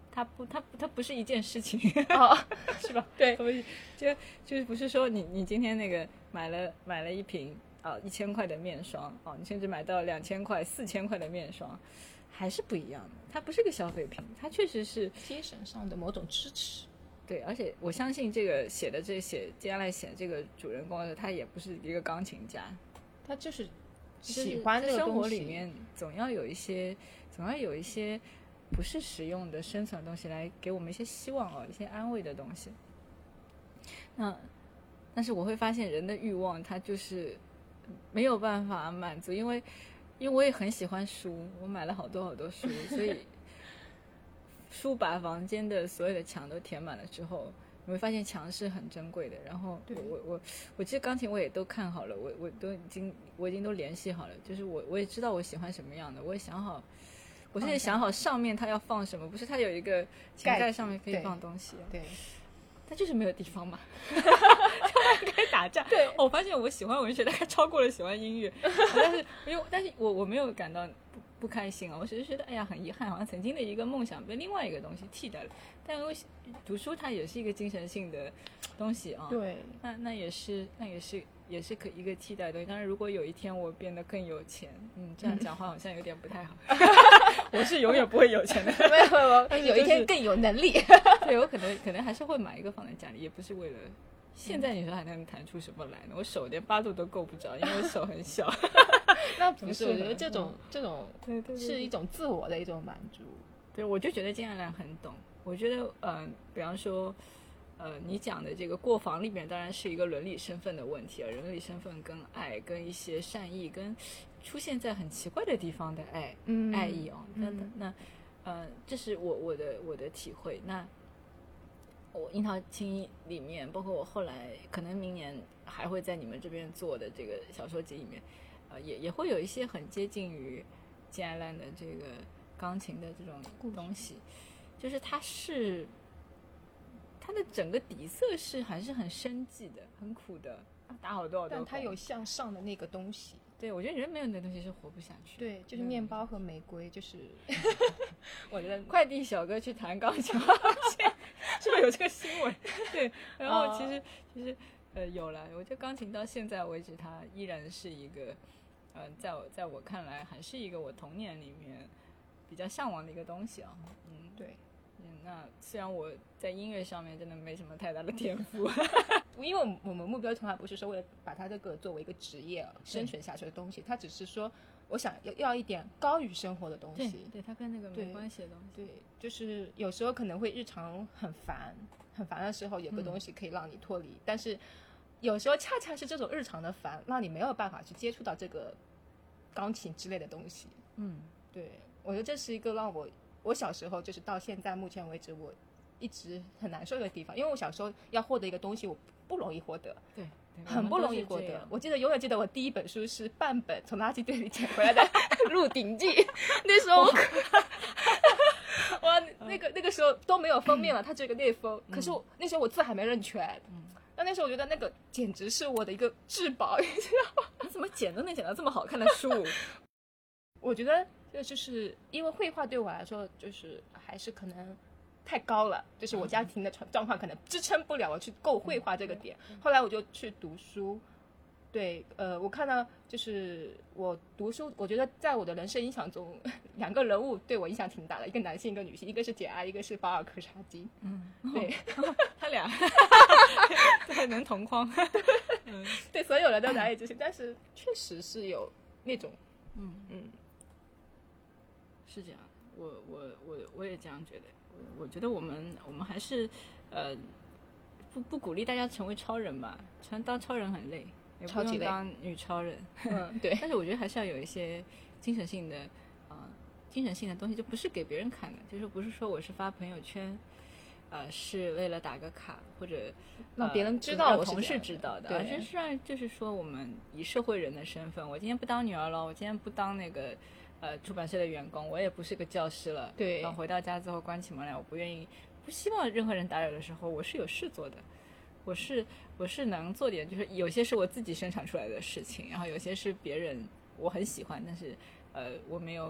它不它它不是一件事情， 哦， 是吧？ 对， 就就是不是说你你今天那个买了买了一瓶啊一千块的面霜啊，你甚至买到两千块、四千块的面霜，还是不一样的。它不是个消费品，它确实是精神上的某种支持。 对，而且我相信这个写的这写接下来写这个主人公的他也不是一个钢琴家， 他就是喜欢这个东西。 生活里面总要有一些总要有一些不是实用的生存的东西来给我们一些希望哦，一些安慰的东西。那但是我会发现人的欲望它就是没有办法满足，因为因为我也很喜欢书，我买了好多好多书，所以书把房间的所有的墙都填满了之后，你会发现墙是很珍贵的。然后我我我我其实钢琴我也都看好了，我我都已经我已经都联系好了，就是我我也知道我喜欢什么样的，我也想好，我现在想好上面它要放什么，不是它有一个琴盖上面可以放东西， 对， 它就是没有地方嘛，就该打架。 对， 我发现我喜欢文学大概超过了喜欢音乐，但是因为但是我我没有感到不不开心啊，我只是觉得哎呀很遗憾，好像曾经的一个梦想被另外一个东西替代了。但因为读书它也是一个精神性的东西啊， 对， 那那也是那也是也是可一个替代的东西。当然，如果有一天我变得更有钱，嗯，这样讲话好像有点不太好。我是永远不会有钱的， 没有没有，有一天更有能力。 对，我可能可能还是会买一个放在家里，也不是为了。现在你说还能弹出什么来呢？我手连八度都够不着，因为我手很小。 那不是，我觉得这种、嗯、这种对对对是一种自我的一种满足。 对，我就觉得金爱兰很懂。我觉得，嗯、呃，比方说，呃，你讲的这个过房里面，当然是一个伦理身份的问题啊，伦理身份跟爱，跟一些善意，跟出现在很奇怪的地方的爱， 嗯， 爱意哦。那、 嗯、 那，呃，这是我我的我的体会。那我樱桃青衣里面，包括我后来可能明年还会在你们这边做的这个小说集里面，呃，也也会有一些很接近于金爱兰的这个钢琴的这种东西，就是它是它的整个底色是还是很生寂的，很苦的，打好多好多， 但它有向上的那个东西。 对，我觉得人没有那东西是活不下去。 对，就是面包和玫瑰，就是我觉得快递小哥去弹钢琴，是不是有这个新闻？对，然后其实、哦、其实呃有了，我觉得钢琴到现在为止，它依然是一个呃，在我在我看来，还是一个我童年里面比较向往的一个东西啊。嗯， 对。 嗯，那虽然我在音乐上面真的没什么太大的天赋。 因为我们目标从来不是说为了把它这个作为一个职业生存下去的东西，它只是说我想要要一点高于生活的东西。 对，对，它跟那个没关系的东西。 对，就是有时候可能会日常很烦很烦的时候，有个东西可以让你脱离、嗯、但是有时候恰恰是这种日常的烦让你没有办法去接触到这个钢琴之类的东西。 嗯， 对，我觉得这是一个让我我小时候就是到现在目前为止我一直很难受的地方，因为我小时候要获得一个东西我不容易获得。 对， 很不容易获得。我记得永远记得我第一本书是半本从垃圾堆里捡回来的《鹿鼎记》，那时候我哇，那个那个时候都没有封面了，它只有一个内封、嗯、可是我那时候我字还没认全。嗯，那那时候我觉得那个简直是我的一个至宝，你知道吗？ 你怎么捡都能捡到这么好看的书？ 我觉得这就是因为绘画对我来说就是还是可能太高了，就是我家庭的状况可能支撑不了我去够绘画这个点、嗯、后来我就去读书。对，呃，我看到就是我读书，我觉得在我的人生影响中两个人物对我影响挺大的，一个男性一个女性，一个是简爱，一个是保尔柯察金。 嗯， 对、 哦、他俩对能同框。 嗯，对，所有人都难以置信，但是确实是有那种嗯嗯是这样，我我我我也这样觉得。我觉得我们我们还是呃不不鼓励大家成为超人吧，成当超人很累，也不用当女超人。 嗯，对。 但是我觉得还是要有一些精神性的呃精神性的东西，就不是给别人看的，就是不是说我是发朋友圈，呃是为了打个卡或者让别人知道我是同事知道的，而是实际上就是说我们以社会人的身份，我今天不当女儿了，我今天不当那个。呃，出版社的员工，我也不是个教师了。 对， 然后回到家之后关起门来，我不愿意，不希望任何人打扰的时候，我是有事做的，我是我是能做点，就是有些是我自己生产出来的事情，然后有些是别人我很喜欢，但是呃我没有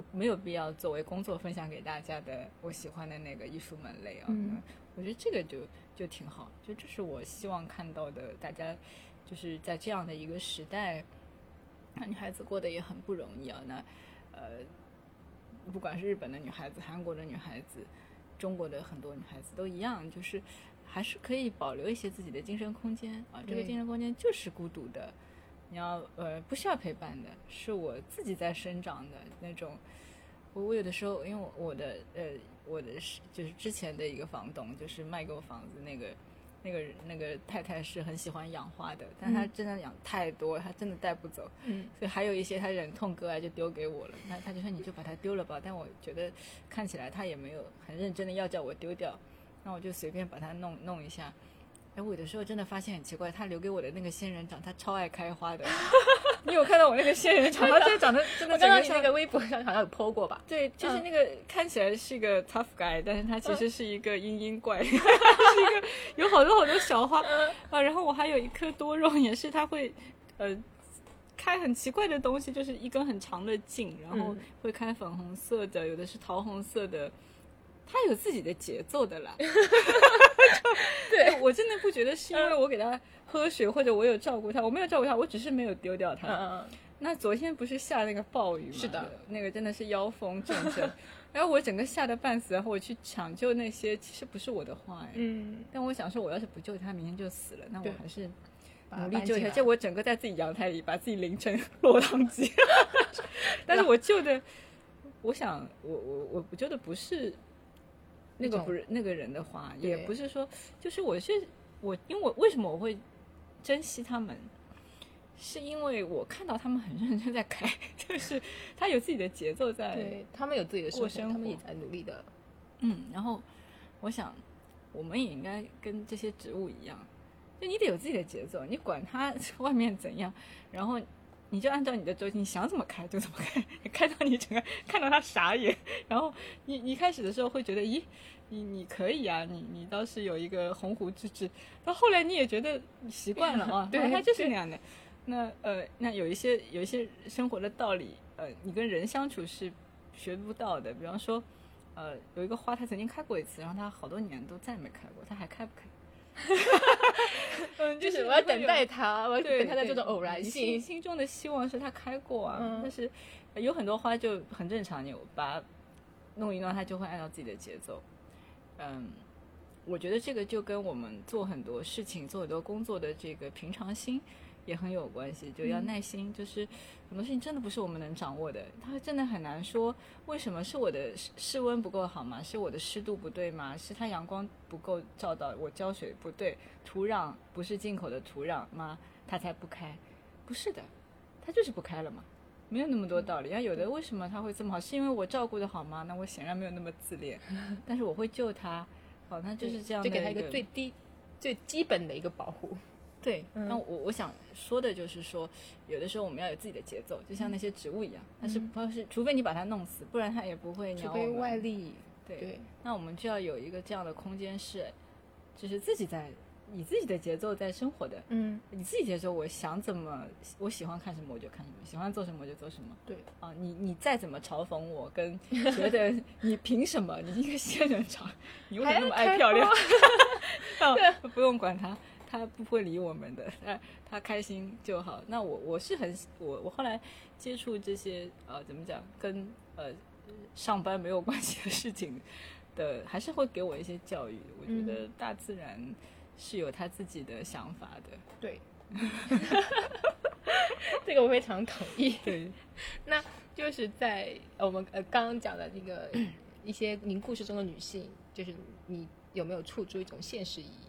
没有必要作为工作分享给大家的我喜欢的那个艺术门类啊。嗯，我觉得这个就就挺好，就这是我希望看到的，大家就是在这样的一个时代，那女孩子过得也很不容易啊。那呃，不管是日本的女孩子、韩国的女孩子、中国的很多女孩子都一样，就是还是可以保留一些自己的精神空间啊。这个精神空间就是孤独的，你要呃不需要陪伴的，是我自己在生长的那种。我我有的时候，因为我我的呃我的就是之前的一个房东，就是卖给我房子那个那个那个太太是很喜欢养花的，但她真的养太多，她真的带不走，嗯，所以还有一些她忍痛割爱就丢给我了。那她就说你就把它丢了吧，但我觉得看起来她也没有很认真的要叫我丢掉，那我就随便把它弄弄一下。哎，我有的时候真的发现很奇怪，他留给我的那个仙人掌，他超爱开花的。你有看到我那个仙人掌？它真的长得真的， 我刚刚你那个微博上好像有 po 过吧？ 对，就是那个、嗯、看起来是一个 tough guy， 但是他其实是一个阴阴怪，嗯、是一个有好多好多小花、嗯、啊。然后我还有一颗多肉，也是它会呃开很奇怪的东西，就是一根很长的茎，然后会开粉红色的，有的是桃红色的。他有自己的节奏的啦。对，我真的不觉得是因为我给他喝水或者我有照顾他，我没有照顾他，我只是没有丢掉他。嗯嗯。那昨天不是下那个暴雨吗？ 是的， 那个真的是妖风阵阵。然后我整个吓得半死，然后我去抢救那些其实不是我的花哎。嗯。但我想说，我要是不救他，明天就死了，那我还是努力救一下。结果我整个在自己阳台里把自己淋成落汤鸡。但是我救的，我想我我我我救的不是。那个不是那个人的花，也不是说，就是我是我，因为我为什么我会珍惜他们，是因为我看到他们很认真在开，就是他有自己的节奏在， 对他们有自己的生活，他们也在努力的。 嗯，然后我想，我们也应该跟这些植物一样，就你得有自己的节奏，你管它外面怎样，然后。你就按照你的周期，你想怎么开就怎么开，开到你整个看到他傻眼，然后你你一开始的时候会觉得，咦，你你可以啊，你你倒是有一个鸿鹄之志，到后来你也觉得习惯了啊，对，他就是那样的。那呃，那有一些有一些生活的道理，呃，你跟人相处是学不到的。比方说，呃，有一个花，它曾经开过一次，然后它好多年都再没开过，它还开不开？ 嗯，就是我要等待它，我要等它的这种偶然性。 心心中的希望是它开过啊，嗯、但是有很多花就很正常，你把它弄一弄，它就会按照自己的节奏。嗯，我觉得这个就跟我们做很多事情、做很多工作的这个平常心也很有关系，就要耐心。嗯、就是很多事情真的不是我们能掌握的，它真的很难说为什么是我的室温不够好吗？是我的湿度不对吗？是它阳光不够照到，我浇水不对，土壤不是进口的土壤吗？它才不开？不是的，它就是不开了嘛，没有那么多道理。嗯、有的为什么它会这么好？是因为我照顾的好吗？那我显然没有那么自恋，但是我会救它。好，那就是这样的一个， 就给它一个最低、最基本的一个保护。 对，那我我想说的就是说，有的时候我们要有自己的节奏，就像那些植物一样，它是不是除非你把它弄死，不然它也不会鸟我们。 除非外力。 对，对，那我们就要有一个这样的空间是，就是自己在以自己的节奏在生活的。嗯，你自己节奏，我想怎么，我喜欢看什么我就看什么，喜欢做什么我就做什么。 对啊，你你再怎么嘲讽我，跟觉得你凭什么，你一个仙人掌，你为什么那么爱漂亮？啊，不用管他。他不会理我们的，他他开心就好。那我我是很我我后来接触这些呃怎么讲跟呃上班没有关系的事情的，还是会给我一些教育。我觉得大自然是有他自己的想法的。 对，这个我非常同意。 对， 那就是在我们呃刚刚讲的那个一些您故事中的女性，就是你有没有触出一种现实意义？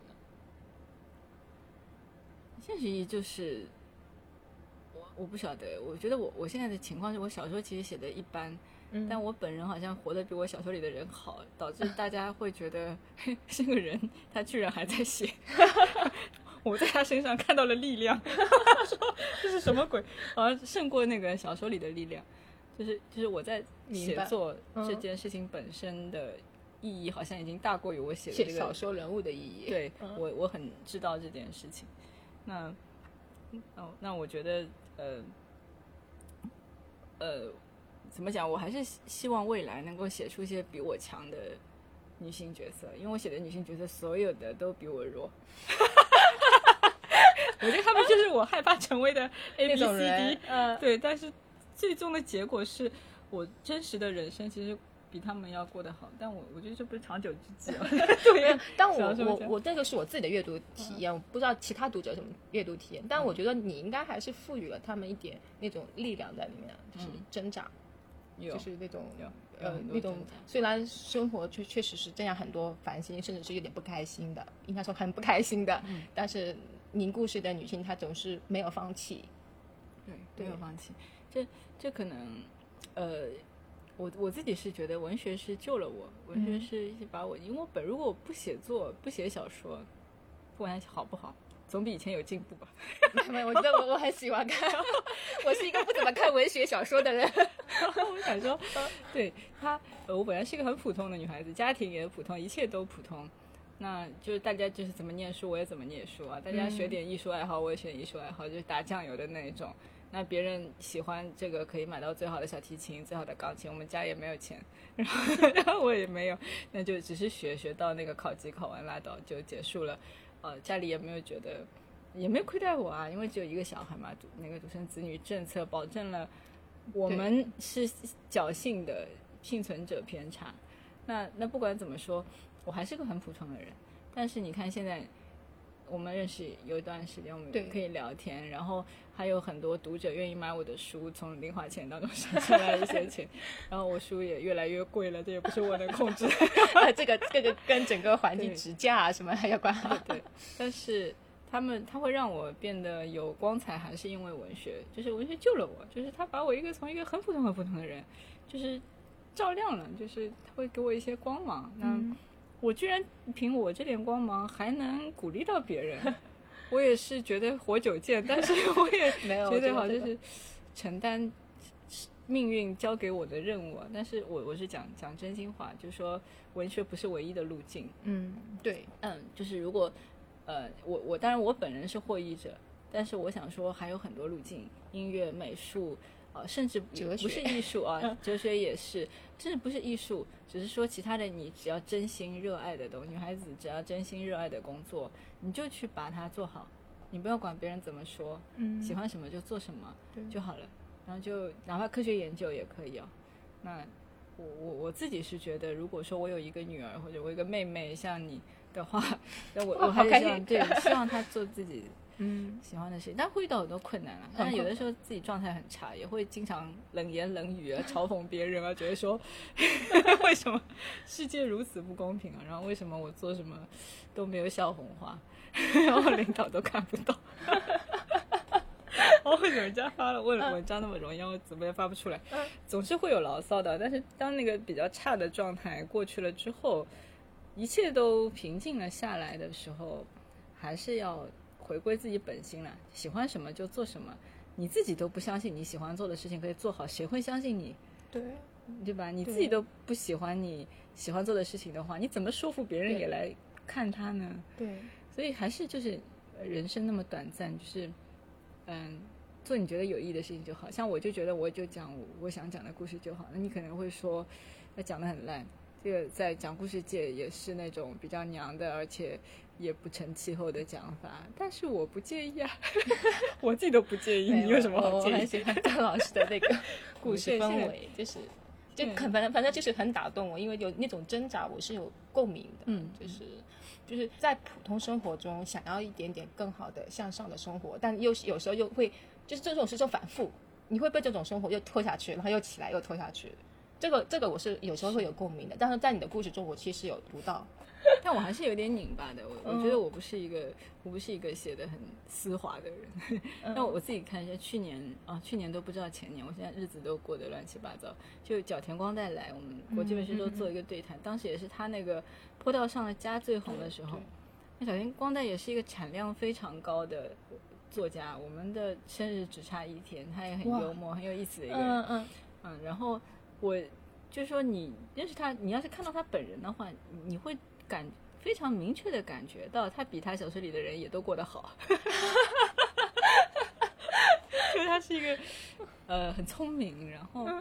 现实意义就是我我不晓得，我觉得我我现在的情况是我小说其实写的一般，嗯、但我本人好像活得比我小说里的人好，导致大家会觉得这个人他居然还在写，我在他身上看到了力量，说这是什么鬼？好像胜过那个小说里的力量，就是就是我在写作这件事情本身的意义，好像已经大过于我写的这个小说人物的意义。 对，嗯、我我很知道这件事情。那，哦，那我觉得，呃，呃， 怎么讲，我还是希望未来能够写出一些比我强的女性角色，因为我写的女性角色所有的都比我弱。我觉得他们就是我害怕成为的 A B C D， 嗯， 对，但是最终的结果是我真实的人生其实比他们要过得好，但我我觉得这不是长久之计啊。对， 但我我我这个是我自己的阅读体验，嗯、我不知道其他读者什么阅读体验，但我觉得你应该还是赋予了他们一点那种力量在里面，就是挣扎，嗯、就是那种呃那种虽然生活确确实是这样很多烦心，甚至是有点不开心的，应该说很不开心的，嗯、但是您故事的女性她总是没有放弃， 对，没有放弃，这这可能呃。我我自己是觉得文学是救了我，文学是把我，嗯、因为我本如果我不写作不写小说，不管好不好，总比以前有进步吧。 没有，我觉得我我很喜欢看，我是一个不怎么看文学小说的人。 我想说，对他，我本来是一个很普通的女孩子，家庭也普通，一切都普通。那就是大家就是怎么念书我也怎么念书啊，大家学点艺术爱好我也学点艺术爱好，就是打酱油的那一种。那别人喜欢这个可以买到最好的小提琴最好的钢琴，我们家也没有钱，然后然后我也没有，那就只是学学到那个考级考完拉倒就结束了。呃，家里也没有觉得也没有亏待我啊，因为只有一个小孩嘛，那个独生子女政策保证了我们是侥幸的幸存者偏差。那那不管怎么说我还是个很普通的人，但是你看现在我们认识有一段时间，我们可以聊天，然后还有很多读者愿意买我的书，从零花钱当中省出来一些钱，然后我书也越来越贵了，这也不是我能控制的。 这个这个跟整个环境直价啊什么还有关。 对对，但是他们他会让我变得有光彩，还是因为文学，就是文学救了我，就是他把我一个从一个很普通很普通的人，就是照亮了，就是他会给我一些光芒。那、嗯我居然凭我这点光芒还能鼓励到别人，我也是觉得活久见，但是我也觉得好就是承担命运交给我的任务啊。但是我我是讲讲真心话，就是说文学不是唯一的路径。 嗯，对， 嗯，就是如果呃我我当然我本人是获益者，但是我想说还有很多路径，音乐、美术。呃，甚至不是艺术啊，哲学也是，甚至不是艺术，只是说其他的，你只要真心热爱的东西，女孩子只要真心热爱的工作，你就去把它做好，你不要管别人怎么说，嗯，喜欢什么就做什么就好了，然后就哪怕科学研究也可以啊。那我我我自己是觉得，如果说我有一个女儿或者我有一个妹妹像你的话，那我我还是希望对，希望她做自己。嗯，喜欢的事情，但会遇到很多困难啊。但是有的时候自己状态很差，也会经常冷言冷语啊，嘲讽别人啊，觉得说为什么世界如此不公平啊？然后为什么我做什么都没有笑红花，然后领导都看不到。哦，为什么人家发了问了文章那么容易，我怎么也发不出来？总是会有牢骚的。但是当那个比较差的状态过去了之后，一切都平静了下来的时候，还是要回归自己本心了，喜欢什么就做什么，你自己都不相信你喜欢做的事情可以做好，谁会相信你？ 对， 对吧？你自己都不喜欢你喜欢做的事情的话，你怎么说服别人也来看他呢？ 对， 所以还是就是人生那么短暂，就是嗯，做你觉得有意义的事情就好。像我就觉得我就讲我我想讲的故事就好，那你可能会说那讲得很烂，这个在讲故事界也是那种比较娘的，而且也不成气候的讲法，但是我不介意啊。我自己都不介意，你有什么好介意？ 我很喜欢张老师的那个故事氛围，就是就很反正反正就是很打动我，因为有那种挣扎我是有共鸣的。嗯，就是就是在普通生活中想要一点点更好的向上的生活，但又有时候又会就是这种是种反复，你会被这种生活又拖下去，然后又起来又拖下去。这个这个我是有时候会有共鸣的，但是在你的故事中我其实有读到， 但我还是有点拧巴的。我我觉得我不是一个我不是一个写得很丝滑的人。那、嗯、我自己看一下，去年啊，去年都不知道前年，我现在日子都过得乱七八糟。就角田光代来我们国际文学周做一个对谈，嗯嗯嗯、当时也是他那个坡道上的家最红的时候。那角田光代也是一个产量非常高的作家，我们的生日只差一天，他也很幽默很有意思的一个人。嗯嗯嗯，然后我就是说你认识他，你要是看到他本人的话，你会感非常明确的感觉到他比他小说里的人也都过得好。因为他是一个呃很聪明，然后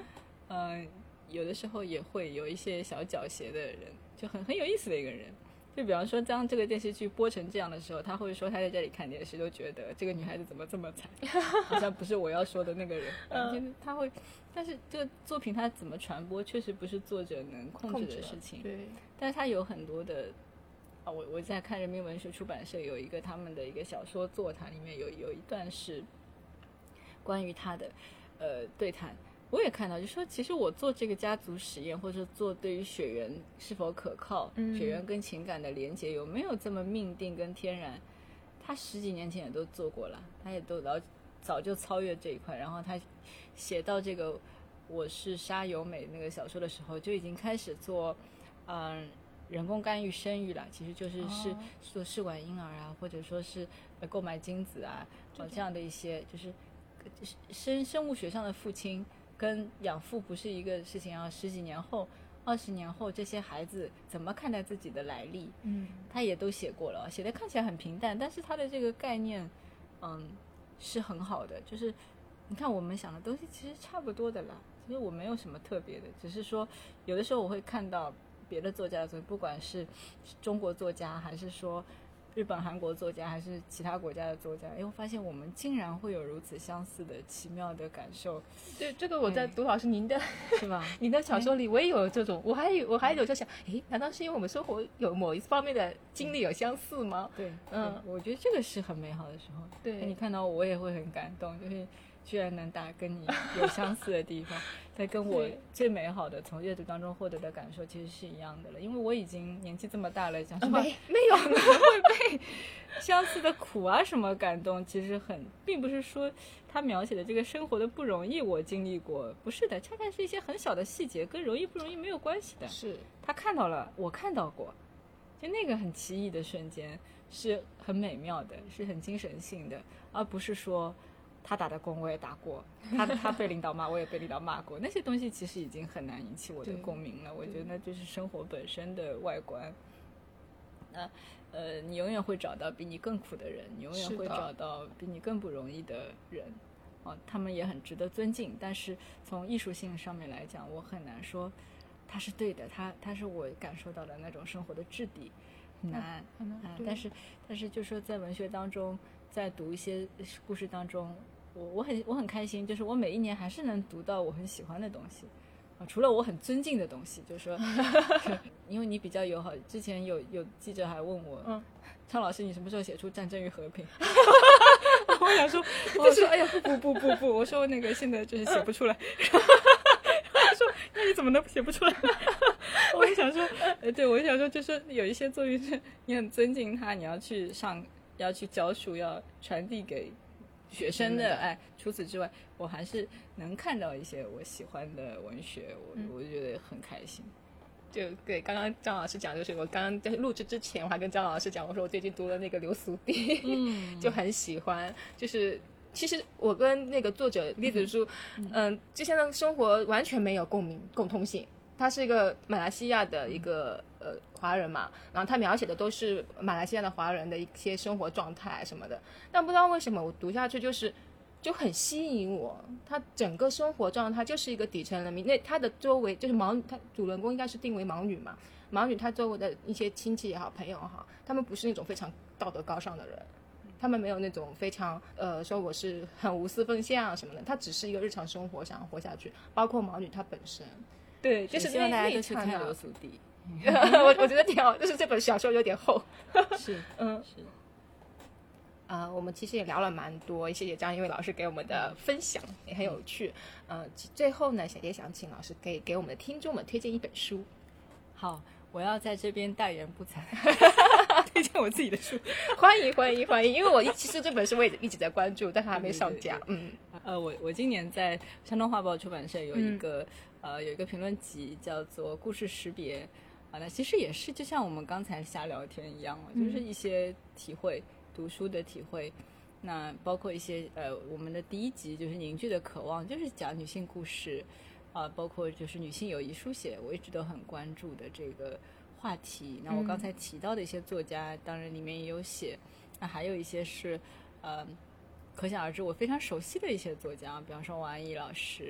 嗯、呃，有的时候也会有一些小狡黠的人，就很很有意思的一个人。就比方说当这个电视剧播成这样的时候，他会说他在这里看电视都觉得这个女孩子怎么这么惨，好像不是我要说的那个人。嗯，他会，但是这个作品它怎么传播确实不是作者能控制的事情。 对， 但是它有很多的啊，我我在看人民文学出版社有一个他们的一个小说座谈，里面有有一段是关于他的呃对谈。我也看到，就说其实我做这个家族实验，或者做对于血缘是否可靠、嗯、血缘跟情感的连接有没有这么命定跟天然，他十几年前也都做过了，他也都早早就超越这一块。然后他写到这个我是沙由美那个小说的时候，就已经开始做嗯、呃、人工干预生育了，其实就是是做试管婴儿啊，或者说是购买精子啊，这样的一些就是生生物学上的父亲跟养父不是一个事情啊，十几年后、二十年后，这些孩子怎么看待自己的来历？嗯，他也都写过了，写的看起来很平淡，但是他的这个概念，嗯，是很好的。就是你看我们想的东西其实差不多的啦，其实我没有什么特别的，只是说有的时候我会看到别的作家的作品，不管是中国作家还是说日本韩国作家还是其他国家的作家，哎，我发现我们竟然会有如此相似的奇妙的感受。 对，这个我在读老师您的、哎、 是吧？ 您的小说里我也有这种，我还有我还有在想，哎，难道是因为我们生活有某一方面的经历有相似吗？ 对，嗯，我觉得这个是很美好的时候。对，你看到我也会很感动，就是居然能打跟你有相似的地方，在跟我最美好的从阅读当中获得的感受其实是一样的了。因为我已经年纪这么大了，讲实话、 啊、没没有会被相似的苦啊什么感动，其实很并不是说他描写的这个生活的不容易我经历过，不是的，恰恰是一些很小的细节，跟容易不容易没有关系的。 是他看到了，我看到过，就那个很奇异的瞬间是很美妙的，是很精神性的，而不是说他打的工我也打过，他他被领导骂我也被领导骂过，那些东西其实已经很难引起我的共鸣了。我觉得那就是生活本身的外观。那呃，你永远会找到比你更苦的人，你永远会找到比你更不容易的人，哦，他们也很值得尊敬。但是从艺术性上面来讲，我很难说他是对的，他他是我感受到的那种生活的质地，很难，很难。嗯、但是但是就说在文学当中，在读一些故事当中，我我很我很开心，就是我每一年还是能读到我很喜欢的东西。除了我很尊敬的东西，就是说因为你比较友好，之前有有记者还问我，嗯，张老师你什么时候写出战争与和平我想说我说哎呀不不不不不我说那个现在就是写不出来他说那你怎么能写不出来我就想说呃对我就想说就是有一些作品是你很尊敬他，你要去上要去教书，要传递给学生的哎，除此之外我还是能看到一些我喜欢的文学，我、嗯、我觉得很开心。 就对，刚刚张老师讲，就是我刚刚在录制之前我还跟张老师讲，我说我最近读了那个流苏地、嗯、就很喜欢，就是其实我跟那个作者栗子书嗯、呃，之前的生活完全没有共鸣共通性。他是一个马来西亚的一个呃华人嘛，然后他描写的都是马来西亚的华人的一些生活状态什么的，但不知道为什么我读下去就是就很吸引我，他整个生活状态就是一个底层人民，那他的周围就是盲女，他主人公应该是定为盲女嘛，盲女他周围的一些亲戚也好朋友也好，他们不是那种非常道德高尚的人，他们没有那种非常呃说我是很无私奉献啊什么的，他只是一个日常生活想要活下去，包括盲女她本身。对，就是希望大家都去看流苏地我我觉得挺好，就是这本小说有点厚是嗯是呃，我们其实也聊了蛮多，谢谢张一伟老师给我们的分享，也很有趣。呃，最后呢，也想请老师给给我们的听众们推荐一本书。 好，我要在这边大言不惭推荐我自己的书， 欢迎欢迎欢迎！因为我其实这本书我也一直在关注，但它还没上架。对对对对嗯，呃，我我今年在山东画报出版社有一个、嗯、呃有一个评论集叫做《故事识别》啊，那其实也是就像我们刚才瞎聊天一样，就是一些体会。读书的体会，那包括一些呃，我们的第一集就是凝聚的渴望，就是讲女性故事啊、呃，包括就是女性友谊书写，我一直都很关注的这个话题。那我刚才提到的一些作家，嗯、当然里面也有写，那还有一些是呃，可想而知我非常熟悉的一些作家，比方说王安忆老师啊、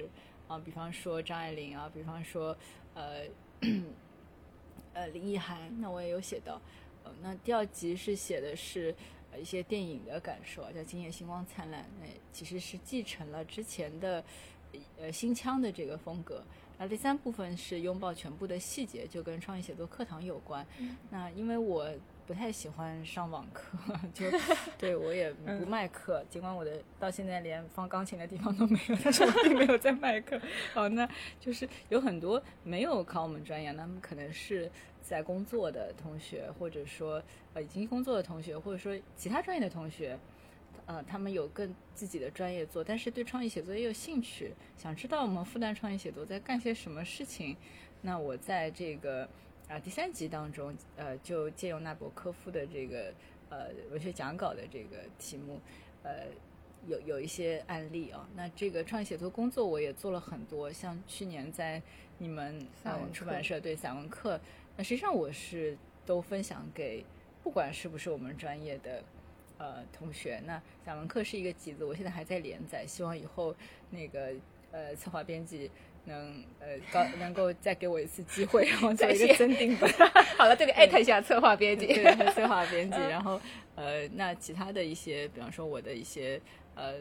啊，比方说张爱玲啊，比方说呃呃林奕涵，那我也有写到。呃，那第二集是写的是呃一些电影的感受，叫《今夜星光灿烂》，那其实是继承了之前的呃新腔的这个风格。那第三部分是拥抱全部的细节，就跟创意写作课堂有关。嗯、那因为我不太喜欢上网课，就对我也不卖课，尽管我的到现在连放钢琴的地方都没有，但是我并没有在卖课。哦，那就是有很多没有考我们专业，那么可能是在工作的同学，或者说呃已经工作的同学，或者说其他专业的同学。呃，他们有更自己的专业做，但是对创意写作也有兴趣，想知道我们复旦创意写作在干些什么事情。那我在这个啊、呃、第三集当中，呃，就借用纳博科夫的这个呃文学讲稿的这个题目，呃，有有一些案例啊。那这个创意写作工作我也做了很多，像去年在你们散文、呃、 出版社对散文课，那实际上我是都分享给不管是不是我们专业的。呃，同学，那散文课是一个集子，我现在还在连载，希望以后那个呃策划编辑能呃高能够再给我一次机会，然后做一个增订本。 好了，这里艾特一下策划编辑， 对，对策划编辑。然后呃，那其他的一些，比方说我的一些呃，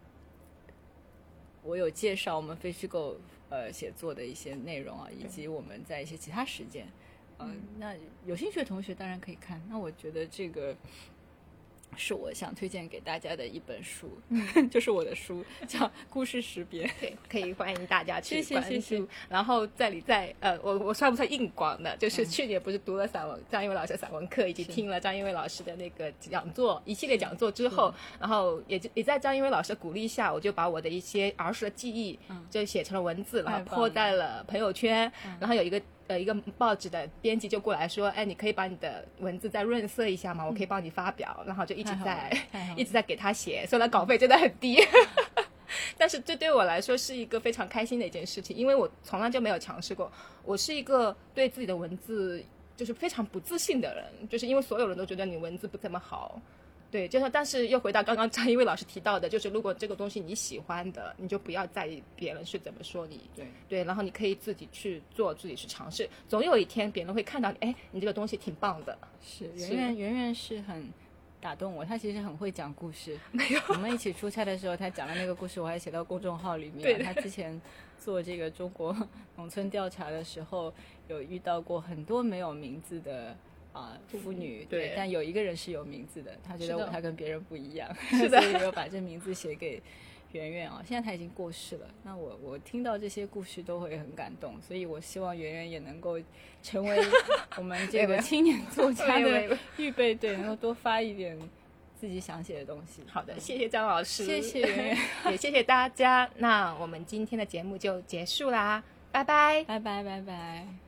我有介绍我们非虚构呃写作的一些内容啊，以及我们在一些其他实践。嗯、呃，那有兴趣的同学当然可以看。那我觉得这个。是我想推荐给大家的一本书，嗯、就是我的书叫《故事识别》， 对，可以欢迎大家去关注。谢谢谢谢。 然后这里在呃，我我算不算硬广的？就是去年不是读了散文、嗯、张一伟老师的散文课，以及听了张一伟老师的那个讲座一系列讲座之后，然后也也在张一伟老师的鼓励下，我就把我的一些儿时的记忆、嗯、就写成了文字，然后泼在了朋友圈，嗯、然后有一个。呃，一个报纸的编辑就过来说，哎，你可以把你的文字再润色一下吗？我可以帮你发表，嗯、然后就一直在一直在给他写，虽然稿费真的很低，但是这对我来说是一个非常开心的一件事情，因为我从来就没有尝试过。我是一个对自己的文字就是非常不自信的人，就是因为所有人都觉得你文字不怎么好。对，就是但是又回到刚刚张一伟老师提到的，就是如果这个东西你喜欢的，你就不要在意别人是怎么说你。 对对，然后你可以自己去做，自己去尝试，总有一天别人会看到你，哎，你这个东西挺棒的。 是，圆圆圆圆是很打动我，他其实很会讲故事。 没有， 我们一起出差的时候，他讲的那个故事，我还写到公众号里面。 对， 他之前做这个中国农村调查的时候，有遇到过很多没有名字的。啊、呃，妇女 对, 对，但有一个人是有名字的，他觉得他跟别人不一样， 是的， 所以有把这名字写给圆圆啊。现在他已经过世了，那我我听到这些故事都会很感动，所以我希望圆圆也能够成为我们这个青年作家的预备队，能够多发一点自己想写的东西。 好的，谢谢张老师， 谢谢圆圆， 也谢谢大家。那我们今天的节目就结束啦，拜拜， 拜拜，拜拜。